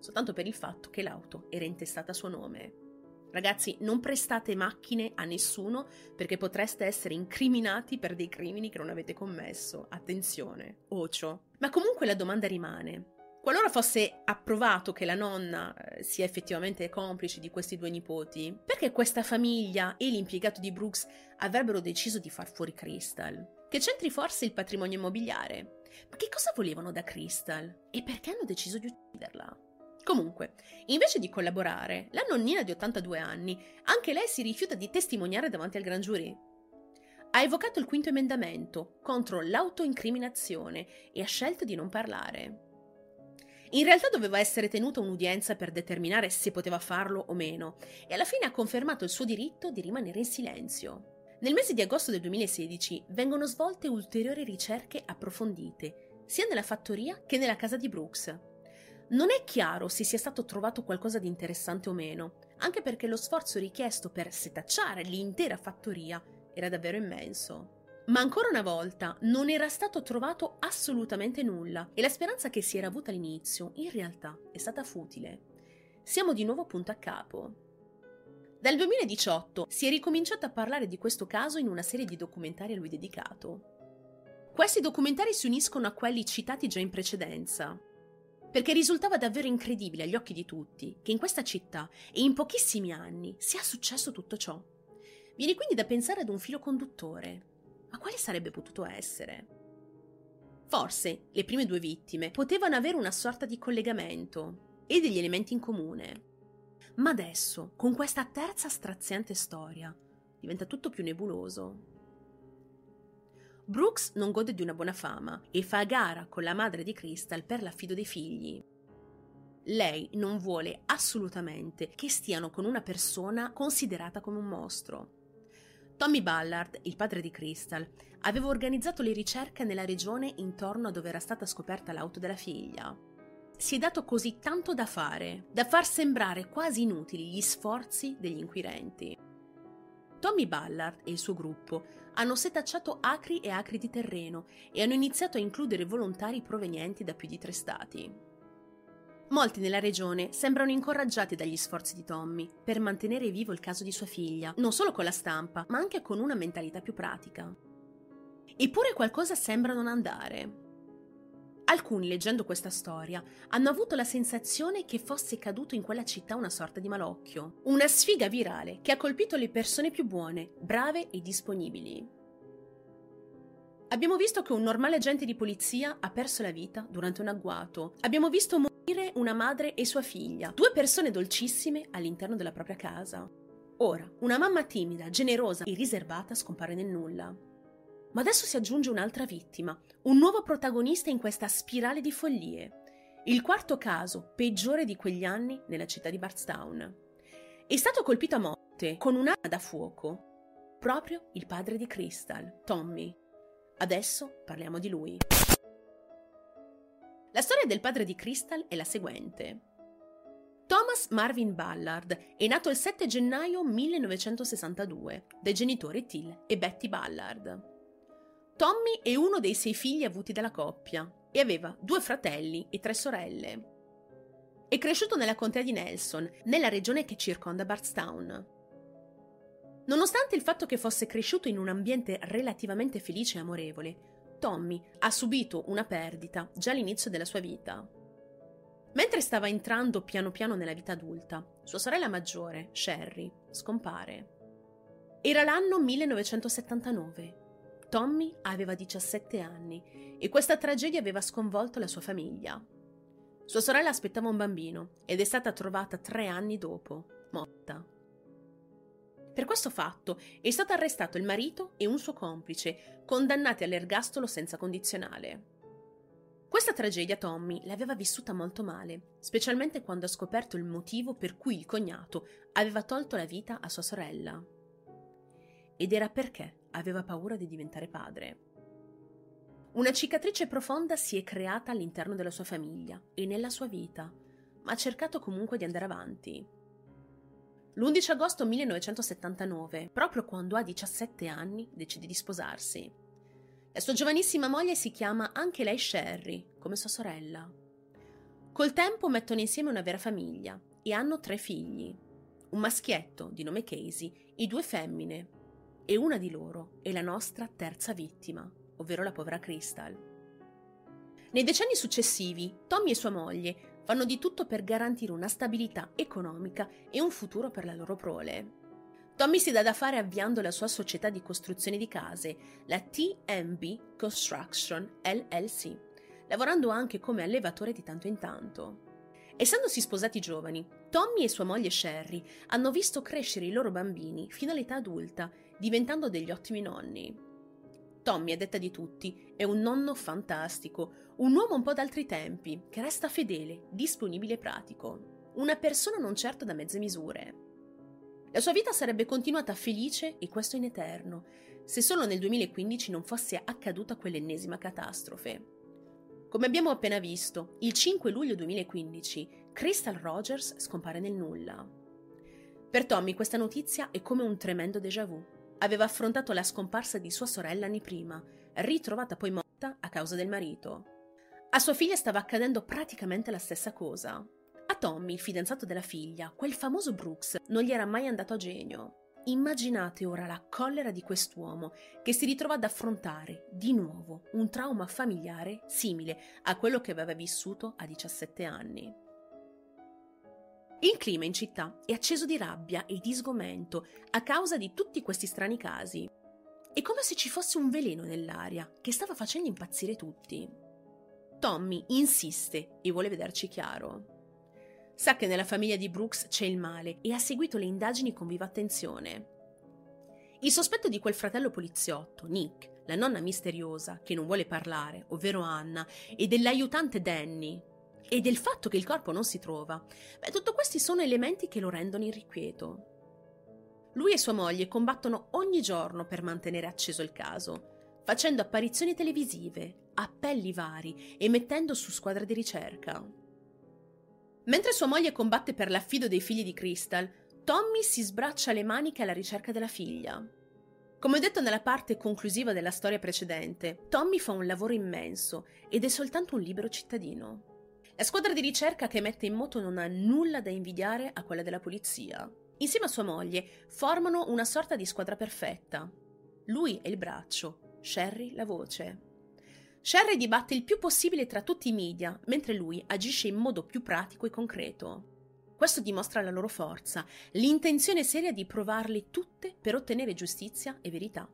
soltanto per il fatto che l'auto era intestata a suo nome. Ragazzi, non prestate macchine a nessuno perché potreste essere incriminati per dei crimini che non avete commesso. Attenzione, ocio. Ma comunque la domanda rimane. Qualora fosse approvato che la nonna sia effettivamente complice di questi due nipoti, perché questa famiglia e l'impiegato di Brooks avrebbero deciso di far fuori Crystal? Che c'entri forse il patrimonio immobiliare? Ma che cosa volevano da Crystal? E perché hanno deciso di ucciderla? Comunque, invece di collaborare, la nonnina di 82 anni, anche lei si rifiuta di testimoniare davanti al gran giurì. Ha evocato il quinto emendamento contro l'autoincriminazione e ha scelto di non parlare. In realtà doveva essere tenuta un'udienza per determinare se poteva farlo o meno, e alla fine ha confermato il suo diritto di rimanere in silenzio. Nel mese di agosto del 2016 vengono svolte ulteriori ricerche approfondite, sia nella fattoria che nella casa di Brooks. Non è chiaro se sia stato trovato qualcosa di interessante o meno, anche perché lo sforzo richiesto per setacciare l'intera fattoria era davvero immenso. Ma ancora una volta non era stato trovato assolutamente nulla e la speranza che si era avuta all'inizio in realtà è stata futile. Siamo di nuovo punto a capo. Dal 2018 si è ricominciato a parlare di questo caso in una serie di documentari a lui dedicato. Questi documentari si uniscono a quelli citati già in precedenza, perché risultava davvero incredibile agli occhi di tutti che in questa città e in pochissimi anni sia successo tutto ciò. Viene quindi da pensare ad un filo conduttore. Ma quale sarebbe potuto essere? Forse le prime due vittime potevano avere una sorta di collegamento e degli elementi in comune. Ma adesso, con questa terza straziante storia, diventa tutto più nebuloso. Brooks non gode di una buona fama e fa a gara con la madre di Crystal per l'affido dei figli. Lei non vuole assolutamente che stiano con una persona considerata come un mostro. Tommy Ballard, il padre di Crystal, aveva organizzato le ricerche nella regione intorno a dove era stata scoperta l'auto della figlia. Si è dato così tanto da fare, da far sembrare quasi inutili gli sforzi degli inquirenti. Tommy Ballard e il suo gruppo hanno setacciato acri e acri di terreno e hanno iniziato a includere volontari provenienti da più di 3 stati. Molti nella regione sembrano incoraggiati dagli sforzi di Tommy per mantenere vivo il caso di sua figlia, non solo con la stampa, ma anche con una mentalità più pratica. Eppure qualcosa sembra non andare. Alcuni, leggendo questa storia, hanno avuto la sensazione che fosse caduto in quella città una sorta di malocchio, una sfiga virale che ha colpito le persone più buone, brave e disponibili. Abbiamo visto che un normale agente di polizia ha perso la vita durante un agguato. Abbiamo visto morire una madre e sua figlia, 2 persone dolcissime all'interno della propria casa. Ora, una mamma timida, generosa e riservata scompare nel nulla. Ma adesso si aggiunge un'altra vittima, un nuovo protagonista in questa spirale di follie. Il quarto caso, peggiore di quegli anni nella città di Bardstown. È stato colpito a morte con un'arma da fuoco proprio il padre di Crystal, Tommy. Adesso parliamo di lui. La storia del padre di Crystal è la seguente. Thomas Marvin Ballard è nato il 7 gennaio 1962 dai genitori Till e Betty Ballard. Tommy è uno dei 6 figli avuti dalla coppia e aveva 2 fratelli e 3 sorelle. È cresciuto nella contea di Nelson, nella regione che circonda Bardstown. Nonostante il fatto che fosse cresciuto in un ambiente relativamente felice e amorevole, Tommy ha subito una perdita già all'inizio della sua vita. Mentre stava entrando piano piano nella vita adulta, sua sorella maggiore, Sherry, scompare. Era l'anno 1979. Tommy aveva 17 anni e questa tragedia aveva sconvolto la sua famiglia. Sua sorella aspettava un bambino ed è stata trovata 3 anni dopo, morta. Per questo fatto è stato arrestato il marito e un suo complice, condannati all'ergastolo senza condizionale. Questa tragedia Tommy l'aveva vissuta molto male, specialmente quando ha scoperto il motivo per cui il cognato aveva tolto la vita a sua sorella. Ed era perché aveva paura di diventare padre. Una cicatrice profonda si è creata all'interno della sua famiglia e nella sua vita, ma ha cercato comunque di andare avanti. L'11 agosto 1979, proprio quando ha 17 anni, decide di sposarsi. La sua giovanissima moglie si chiama anche lei Sherry, come sua sorella. Col tempo mettono insieme una vera famiglia e hanno 3 figli, un maschietto di nome Casey e 2 femmine, e una di loro è la nostra terza vittima, ovvero la povera Crystal. Nei decenni successivi, Tommy e sua moglie fanno di tutto per garantire una stabilità economica e un futuro per la loro prole. Tommy si dà da fare avviando la sua società di costruzione di case, la TMB Construction LLC, lavorando anche come allevatore di tanto in tanto. Essendosi sposati giovani, Tommy e sua moglie Sherry hanno visto crescere i loro bambini fino all'età adulta, diventando degli ottimi nonni. Tommy, a detta di tutti, è un nonno fantastico, un uomo un po' d'altri tempi, che resta fedele, disponibile e pratico. Una persona non certo da mezze misure. La sua vita sarebbe continuata felice e questo in eterno, se solo nel 2015 non fosse accaduta quell'ennesima catastrofe. Come abbiamo appena visto, il 5 luglio 2015 Crystal Rogers scompare nel nulla. Per Tommy questa notizia è come un tremendo déjà vu. Aveva affrontato la scomparsa di sua sorella anni prima, ritrovata poi morta a causa del marito. A sua figlia stava accadendo praticamente la stessa cosa. A Tommy, il fidanzato della figlia, quel famoso Brooks, non gli era mai andato a genio. Immaginate ora la collera di quest'uomo che si ritrova ad affrontare di nuovo un trauma familiare simile a quello che aveva vissuto a 17 anni. Il clima in città è acceso di rabbia e di sgomento a causa di tutti questi strani casi. È come se ci fosse un veleno nell'aria che stava facendo impazzire tutti. Tommy insiste e vuole vederci chiaro. Sa che nella famiglia di Brooks c'è il male e ha seguito le indagini con viva attenzione. Il sospetto di quel fratello poliziotto, Nick, la nonna misteriosa che non vuole parlare, ovvero Anna, e dell'aiutante Danny, e del fatto che il corpo non si trova, tutto questi sono elementi che lo rendono irrequieto. Lui e sua moglie combattono ogni giorno per mantenere acceso il caso, facendo apparizioni televisive, appelli vari e mettendo su squadre di ricerca. Mentre sua moglie combatte per l'affido dei figli di Crystal, Tommy si sbraccia le maniche alla ricerca della figlia. Come ho detto nella parte conclusiva della storia precedente, Tommy fa un lavoro immenso ed è soltanto un libero cittadino. La squadra di ricerca che mette in moto non ha nulla da invidiare a quella della polizia. Insieme a sua moglie formano una sorta di squadra perfetta. Lui è il braccio, Sherry la voce. Sherry dibatte il più possibile tra tutti i media, mentre lui agisce in modo più pratico e concreto. Questo dimostra la loro forza, l'intenzione seria di provarle tutte per ottenere giustizia e verità.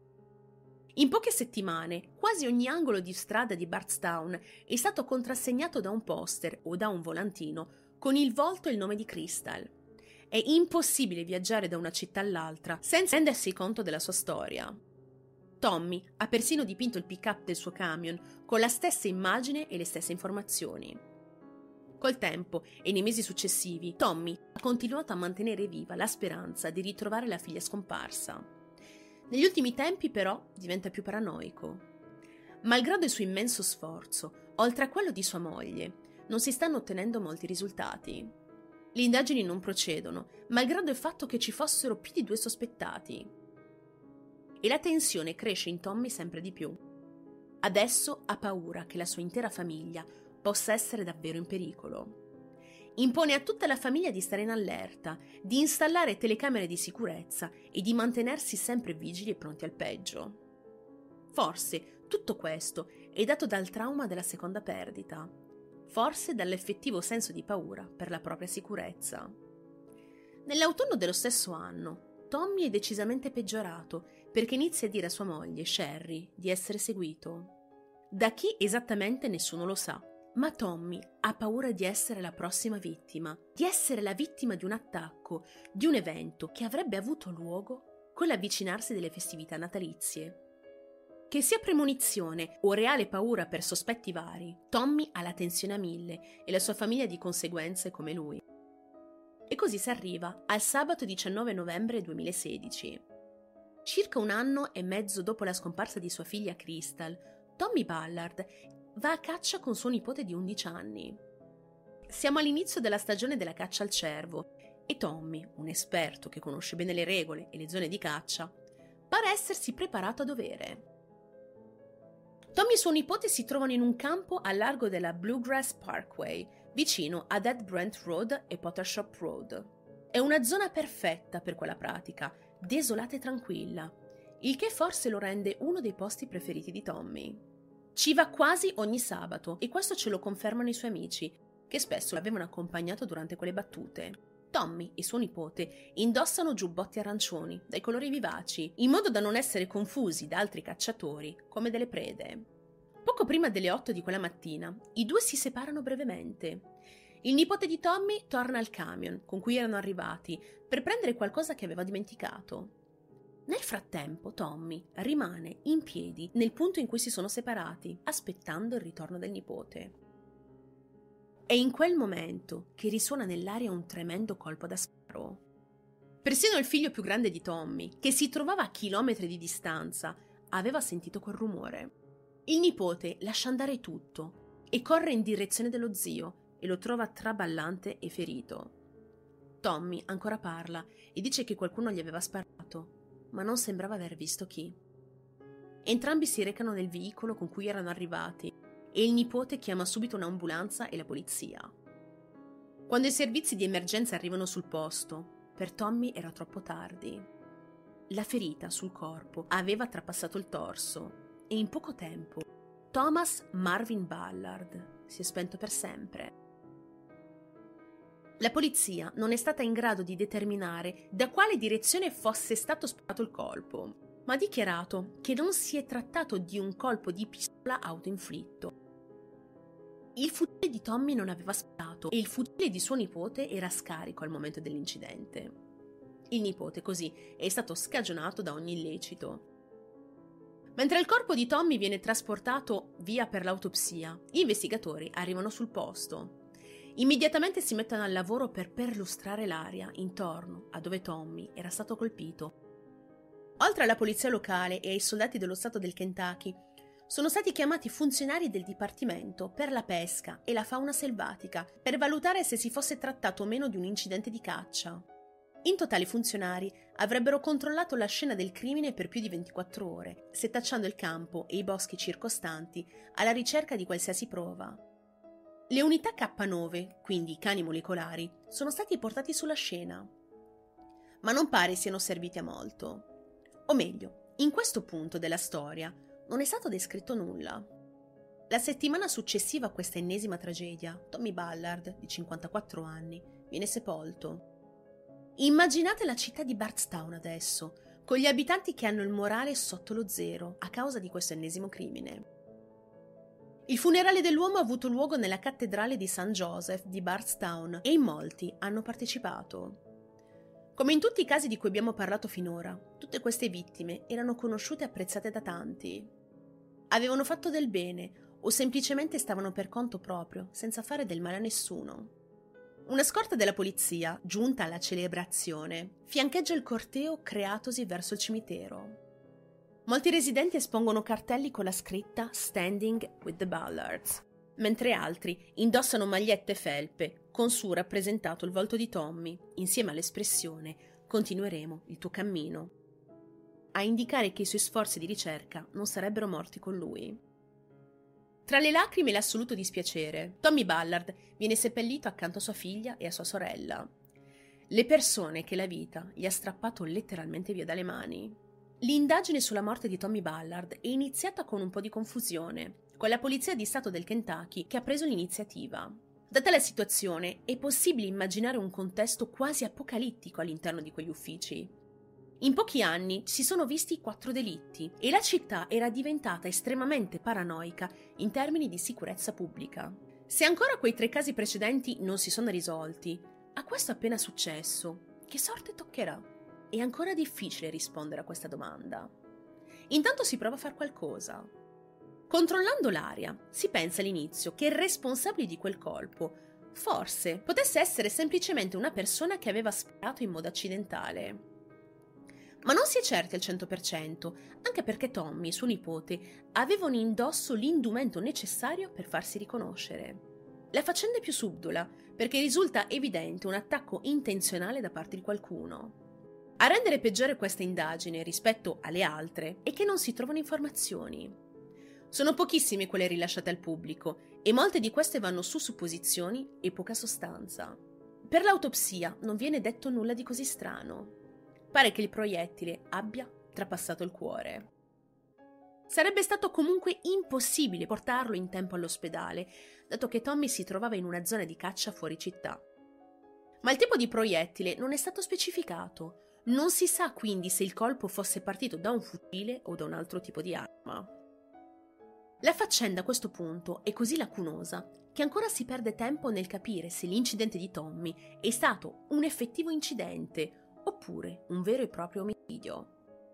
In poche settimane, quasi ogni angolo di strada di Bardstown è stato contrassegnato da un poster o da un volantino con il volto e il nome di Crystal. È impossibile viaggiare da una città all'altra senza rendersi conto della sua storia. Tommy ha persino dipinto il pick-up del suo camion con la stessa immagine e le stesse informazioni. Col tempo e nei mesi successivi, Tommy ha continuato a mantenere viva la speranza di ritrovare la figlia scomparsa. Negli ultimi tempi, però, diventa più paranoico. Malgrado il suo immenso sforzo, oltre a quello di sua moglie, non si stanno ottenendo molti risultati. Le indagini non procedono, malgrado il fatto che ci fossero più di 2 sospettati. E la tensione cresce in Tommy sempre di più. Adesso ha paura che la sua intera famiglia possa essere davvero in pericolo. Impone a tutta la famiglia di stare in allerta, di installare telecamere di sicurezza e di mantenersi sempre vigili e pronti al peggio. Forse tutto questo è dato dal trauma della seconda perdita, forse dall'effettivo senso di paura per la propria sicurezza. Nell'autunno dello stesso anno, Tommy è decisamente peggiorato perché inizia a dire a sua moglie, Sherry, di essere seguito. Da chi esattamente nessuno lo sa. Ma Tommy ha paura di essere la prossima vittima, di essere la vittima di un attacco, di un evento che avrebbe avuto luogo con l'avvicinarsi delle festività natalizie. Che sia premonizione o reale paura per sospetti vari, Tommy ha la tensione a 1000 e la sua famiglia di conseguenze come lui. E così si arriva al sabato 19 novembre 2016. Circa 1 anno e mezzo dopo la scomparsa di sua figlia Crystal, Tommy Ballard va a caccia con suo nipote di 11 anni. Siamo all'inizio della stagione della caccia al cervo e Tommy, un esperto che conosce bene le regole e le zone di caccia, pare essersi preparato a dovere. Tommy e suo nipote si trovano in un campo a largo della Bluegrass Parkway, vicino a Dead Brent Road e Pottershop Road. È una zona perfetta per quella pratica, desolata e tranquilla, il che forse lo rende uno dei posti preferiti di Tommy. Ci va quasi ogni sabato e questo ce lo confermano i suoi amici, che spesso l'avevano accompagnato durante quelle battute. Tommy e suo nipote indossano giubbotti arancioni, dai colori vivaci, in modo da non essere confusi da altri cacciatori come delle prede. Poco prima delle 8 di quella mattina, i due si separano brevemente. Il nipote di Tommy torna al camion con cui erano arrivati per prendere qualcosa che aveva dimenticato. Nel frattempo, Tommy rimane in piedi nel punto in cui si sono separati, aspettando il ritorno del nipote. È in quel momento che risuona nell'aria un tremendo colpo da sparo. Persino il figlio più grande di Tommy, che si trovava a chilometri di distanza, aveva sentito quel rumore. Il nipote lascia andare tutto e corre in direzione dello zio e lo trova traballante e ferito. Tommy ancora parla e dice che qualcuno gli aveva sparato, ma non sembrava aver visto chi. Entrambi si recano nel veicolo con cui erano arrivati e il nipote chiama subito un'ambulanza e la polizia. Quando i servizi di emergenza arrivano sul posto, per Tommy era troppo tardi. La ferita sul corpo aveva trapassato il torso e in poco tempo Thomas Marvin Ballard si è spento per sempre. La polizia non è stata in grado di determinare da quale direzione fosse stato sparato il colpo, ma ha dichiarato che non si è trattato di un colpo di pistola autoinflitto. Il fucile di Tommy non aveva sparato e il fucile di suo nipote era scarico al momento dell'incidente. Il nipote, così, è stato scagionato da ogni illecito. Mentre il corpo di Tommy viene trasportato via per l'autopsia, gli investigatori arrivano sul posto. Immediatamente si mettono al lavoro per perlustrare l'area intorno a dove Tommy era stato colpito. Oltre alla polizia locale e ai soldati dello stato del Kentucky, sono stati chiamati funzionari del Dipartimento per la pesca e la fauna selvatica per valutare se si fosse trattato o meno di un incidente di caccia. In totale i funzionari avrebbero controllato la scena del crimine per più di 24 ore, setacciando il campo e i boschi circostanti alla ricerca di qualsiasi prova. Le unità K9, quindi i cani molecolari, sono stati portati sulla scena, ma non pare siano serviti a molto. O meglio, in questo punto della storia non è stato descritto nulla. La settimana successiva a questa ennesima tragedia, Tommy Ballard, di 54 anni, viene sepolto. Immaginate la città di Bardstown adesso, con gli abitanti che hanno il morale sotto lo zero a causa di questo ennesimo crimine. Il funerale dell'uomo ha avuto luogo nella cattedrale di St. Joseph di Bardstown e in molti hanno partecipato. Come in tutti i casi di cui abbiamo parlato finora, tutte queste vittime erano conosciute e apprezzate da tanti. Avevano fatto del bene o semplicemente stavano per conto proprio, senza fare del male a nessuno. Una scorta della polizia, giunta alla celebrazione, fiancheggia il corteo creatosi verso il cimitero. Molti residenti espongono cartelli con la scritta "Standing with the Ballards", mentre altri indossano magliette e felpe con su rappresentato il volto di Tommy, insieme all'espressione "Continueremo il tuo cammino", a indicare che i suoi sforzi di ricerca non sarebbero morti con lui. Tra le lacrime e l'assoluto dispiacere, Tommy Ballard viene seppellito accanto a sua figlia e a sua sorella. Le persone che la vita gli ha strappato letteralmente via dalle mani. L'indagine sulla morte di Tommy Ballard è iniziata con un po' di confusione, con la polizia di Stato del Kentucky che ha preso l'iniziativa. Data la situazione, è possibile immaginare un contesto quasi apocalittico all'interno di quegli uffici. In pochi anni si sono visti 4 delitti e la città era diventata estremamente paranoica in termini di sicurezza pubblica. Se ancora quei 3 casi precedenti non si sono risolti, a questo appena successo, che sorte toccherà? È ancora difficile rispondere a questa domanda. Intanto si prova a fare qualcosa. Controllando l'aria, si pensa all'inizio che il responsabile di quel colpo forse potesse essere semplicemente una persona che aveva sparato in modo accidentale. Ma non si è certi al 100%, anche perché Tommy, suo nipote, avevano indosso l'indumento necessario per farsi riconoscere. La faccenda è più subdola, perché risulta evidente un attacco intenzionale da parte di qualcuno. A rendere peggiore questa indagine rispetto alle altre è che non si trovano informazioni. Sono pochissime quelle rilasciate al pubblico e molte di queste vanno su supposizioni e poca sostanza. Per l'autopsia non viene detto nulla di così strano. Pare che il proiettile abbia trapassato il cuore. Sarebbe stato comunque impossibile portarlo in tempo all'ospedale, dato che Tommy si trovava in una zona di caccia fuori città. Ma il tipo di proiettile non è stato specificato. Non si sa quindi se il colpo fosse partito da un fucile o da un altro tipo di arma. La faccenda a questo punto è così lacunosa che ancora si perde tempo nel capire se l'incidente di Tommy è stato un effettivo incidente oppure un vero e proprio omicidio.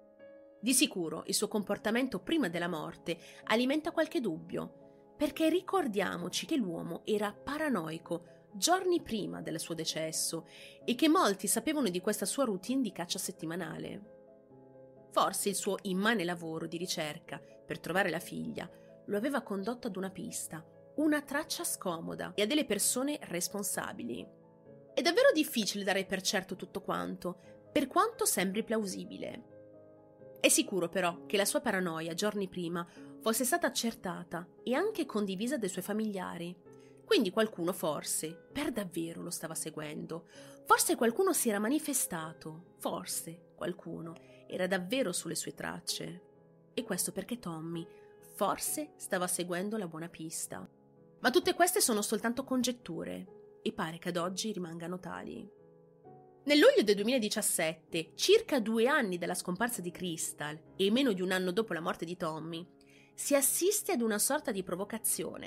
Di sicuro il suo comportamento prima della morte alimenta qualche dubbio, perché ricordiamoci che l'uomo era paranoico giorni prima del suo decesso e che molti sapevano di questa sua routine di caccia settimanale. Forse il suo immane lavoro di ricerca per trovare la figlia lo aveva condotto ad una pista, una traccia scomoda e a delle persone responsabili. È davvero difficile dare per certo tutto quanto, per quanto sembri plausibile. È sicuro però che la sua paranoia giorni prima fosse stata accertata e anche condivisa dai suoi familiari. Quindi qualcuno forse, per davvero lo stava seguendo. Forse qualcuno si era manifestato. Forse qualcuno era davvero sulle sue tracce. E questo perché Tommy forse stava seguendo la buona pista. Ma tutte queste sono soltanto congetture e pare che ad oggi rimangano tali. Nel luglio del 2017, circa 2 anni dalla scomparsa di Crystal e meno di un anno dopo la morte di Tommy, si assiste ad una sorta di provocazione.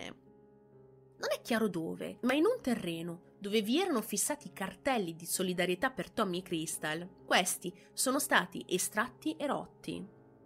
Non è chiaro dove, ma in un terreno dove vi erano fissati cartelli di solidarietà per Tommy e Crystal, questi sono stati estratti e rotti.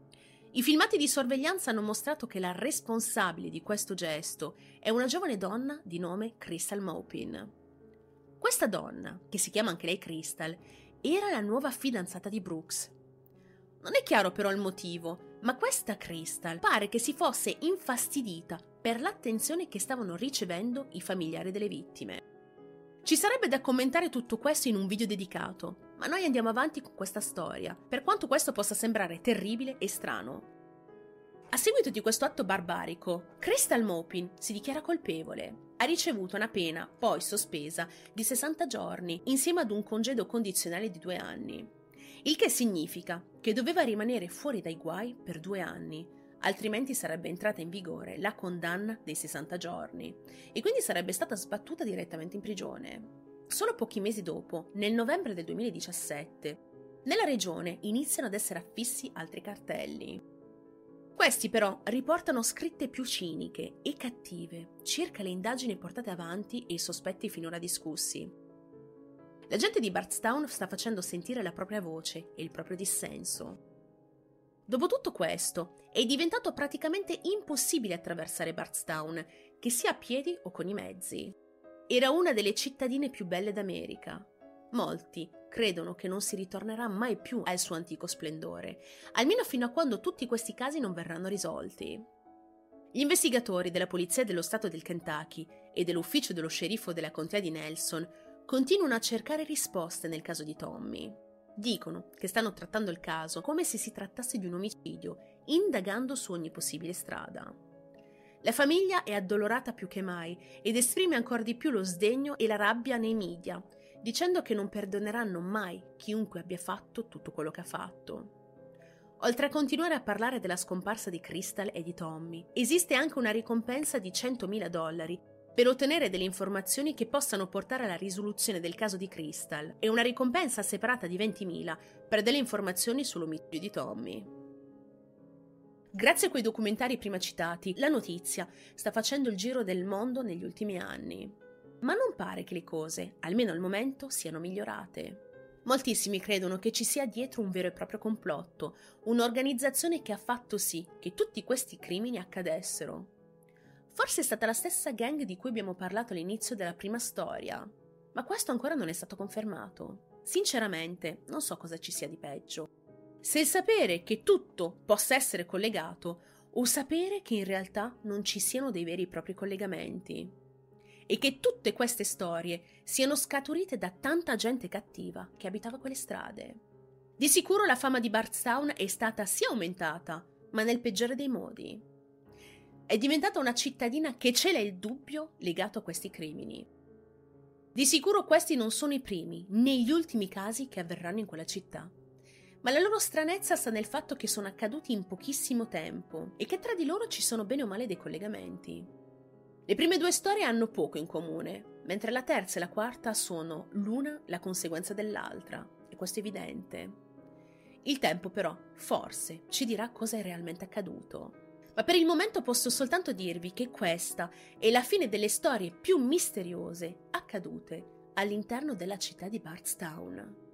I filmati di sorveglianza hanno mostrato che la responsabile di questo gesto è una giovane donna di nome Crystal Maupin. Questa donna, che si chiama anche lei Crystal, era la nuova fidanzata di Brooks. Non è chiaro però il motivo, ma questa Crystal pare che si fosse infastidita per l'attenzione che stavano ricevendo i familiari delle vittime. Ci sarebbe da commentare tutto questo in un video dedicato, ma noi andiamo avanti con questa storia, per quanto questo possa sembrare terribile e strano. A seguito di questo atto barbarico, Crystal Maupin si dichiara colpevole. Ha ricevuto una pena, poi sospesa, di 60 giorni, insieme ad un congedo condizionale di 2 anni. Il che significa che doveva rimanere fuori dai guai per 2 anni, altrimenti sarebbe entrata in vigore la condanna dei 60 giorni, e quindi sarebbe stata sbattuta direttamente in prigione. Solo pochi mesi dopo, nel novembre del 2017, nella regione iniziano ad essere affissi altri cartelli. Questi però riportano scritte più ciniche e cattive circa le indagini portate avanti e i sospetti finora discussi. La gente di Bardstown sta facendo sentire la propria voce e il proprio dissenso. Dopo tutto questo, è diventato praticamente impossibile attraversare Bardstown, che sia a piedi o con i mezzi. Era una delle cittadine più belle d'America. Molti credono che non si ritornerà mai più al suo antico splendore, almeno fino a quando tutti questi casi non verranno risolti. Gli investigatori della Polizia dello Stato del Kentucky e dell'Ufficio dello Sceriffo della Contea di Nelson continuano a cercare risposte nel caso di Tommy. Dicono che stanno trattando il caso come se si trattasse di un omicidio, indagando su ogni possibile strada. La famiglia è addolorata più che mai ed esprime ancora di più lo sdegno e la rabbia nei media, dicendo che non perdoneranno mai chiunque abbia fatto tutto quello che ha fatto. Oltre a continuare a parlare della scomparsa di Crystal e di Tommy, esiste anche una ricompensa di $100.000 per ottenere delle informazioni che possano portare alla risoluzione del caso di Crystal e una ricompensa separata di $20.000 per delle informazioni sull'omicidio di Tommy. Grazie a quei documentari prima citati, la notizia sta facendo il giro del mondo negli ultimi anni. Ma non pare che le cose, almeno al momento, siano migliorate. Moltissimi credono che ci sia dietro un vero e proprio complotto, un'organizzazione che ha fatto sì che tutti questi crimini accadessero. Forse è stata la stessa gang di cui abbiamo parlato all'inizio della prima storia, ma questo ancora non è stato confermato. Sinceramente, non so cosa ci sia di peggio. Se il sapere che tutto possa essere collegato o sapere che in realtà non ci siano dei veri e propri collegamenti. E che tutte queste storie siano scaturite da tanta gente cattiva che abitava quelle strade. Di sicuro la fama di Bardstown è stata sì aumentata, ma nel peggiore dei modi. è diventata una cittadina che cela il dubbio legato a questi crimini. Di sicuro questi non sono i primi, né gli ultimi casi che avverranno in quella città. Ma la loro stranezza sta nel fatto che sono accaduti in pochissimo tempo e che tra di loro ci sono bene o male dei collegamenti. Le prime due storie hanno poco in comune, mentre la terza e la quarta sono l'una la conseguenza dell'altra, e questo è evidente. Il tempo però, forse, ci dirà cosa è realmente accaduto. Ma per il momento posso soltanto dirvi che questa è la fine delle storie più misteriose accadute all'interno della città di Bardstown.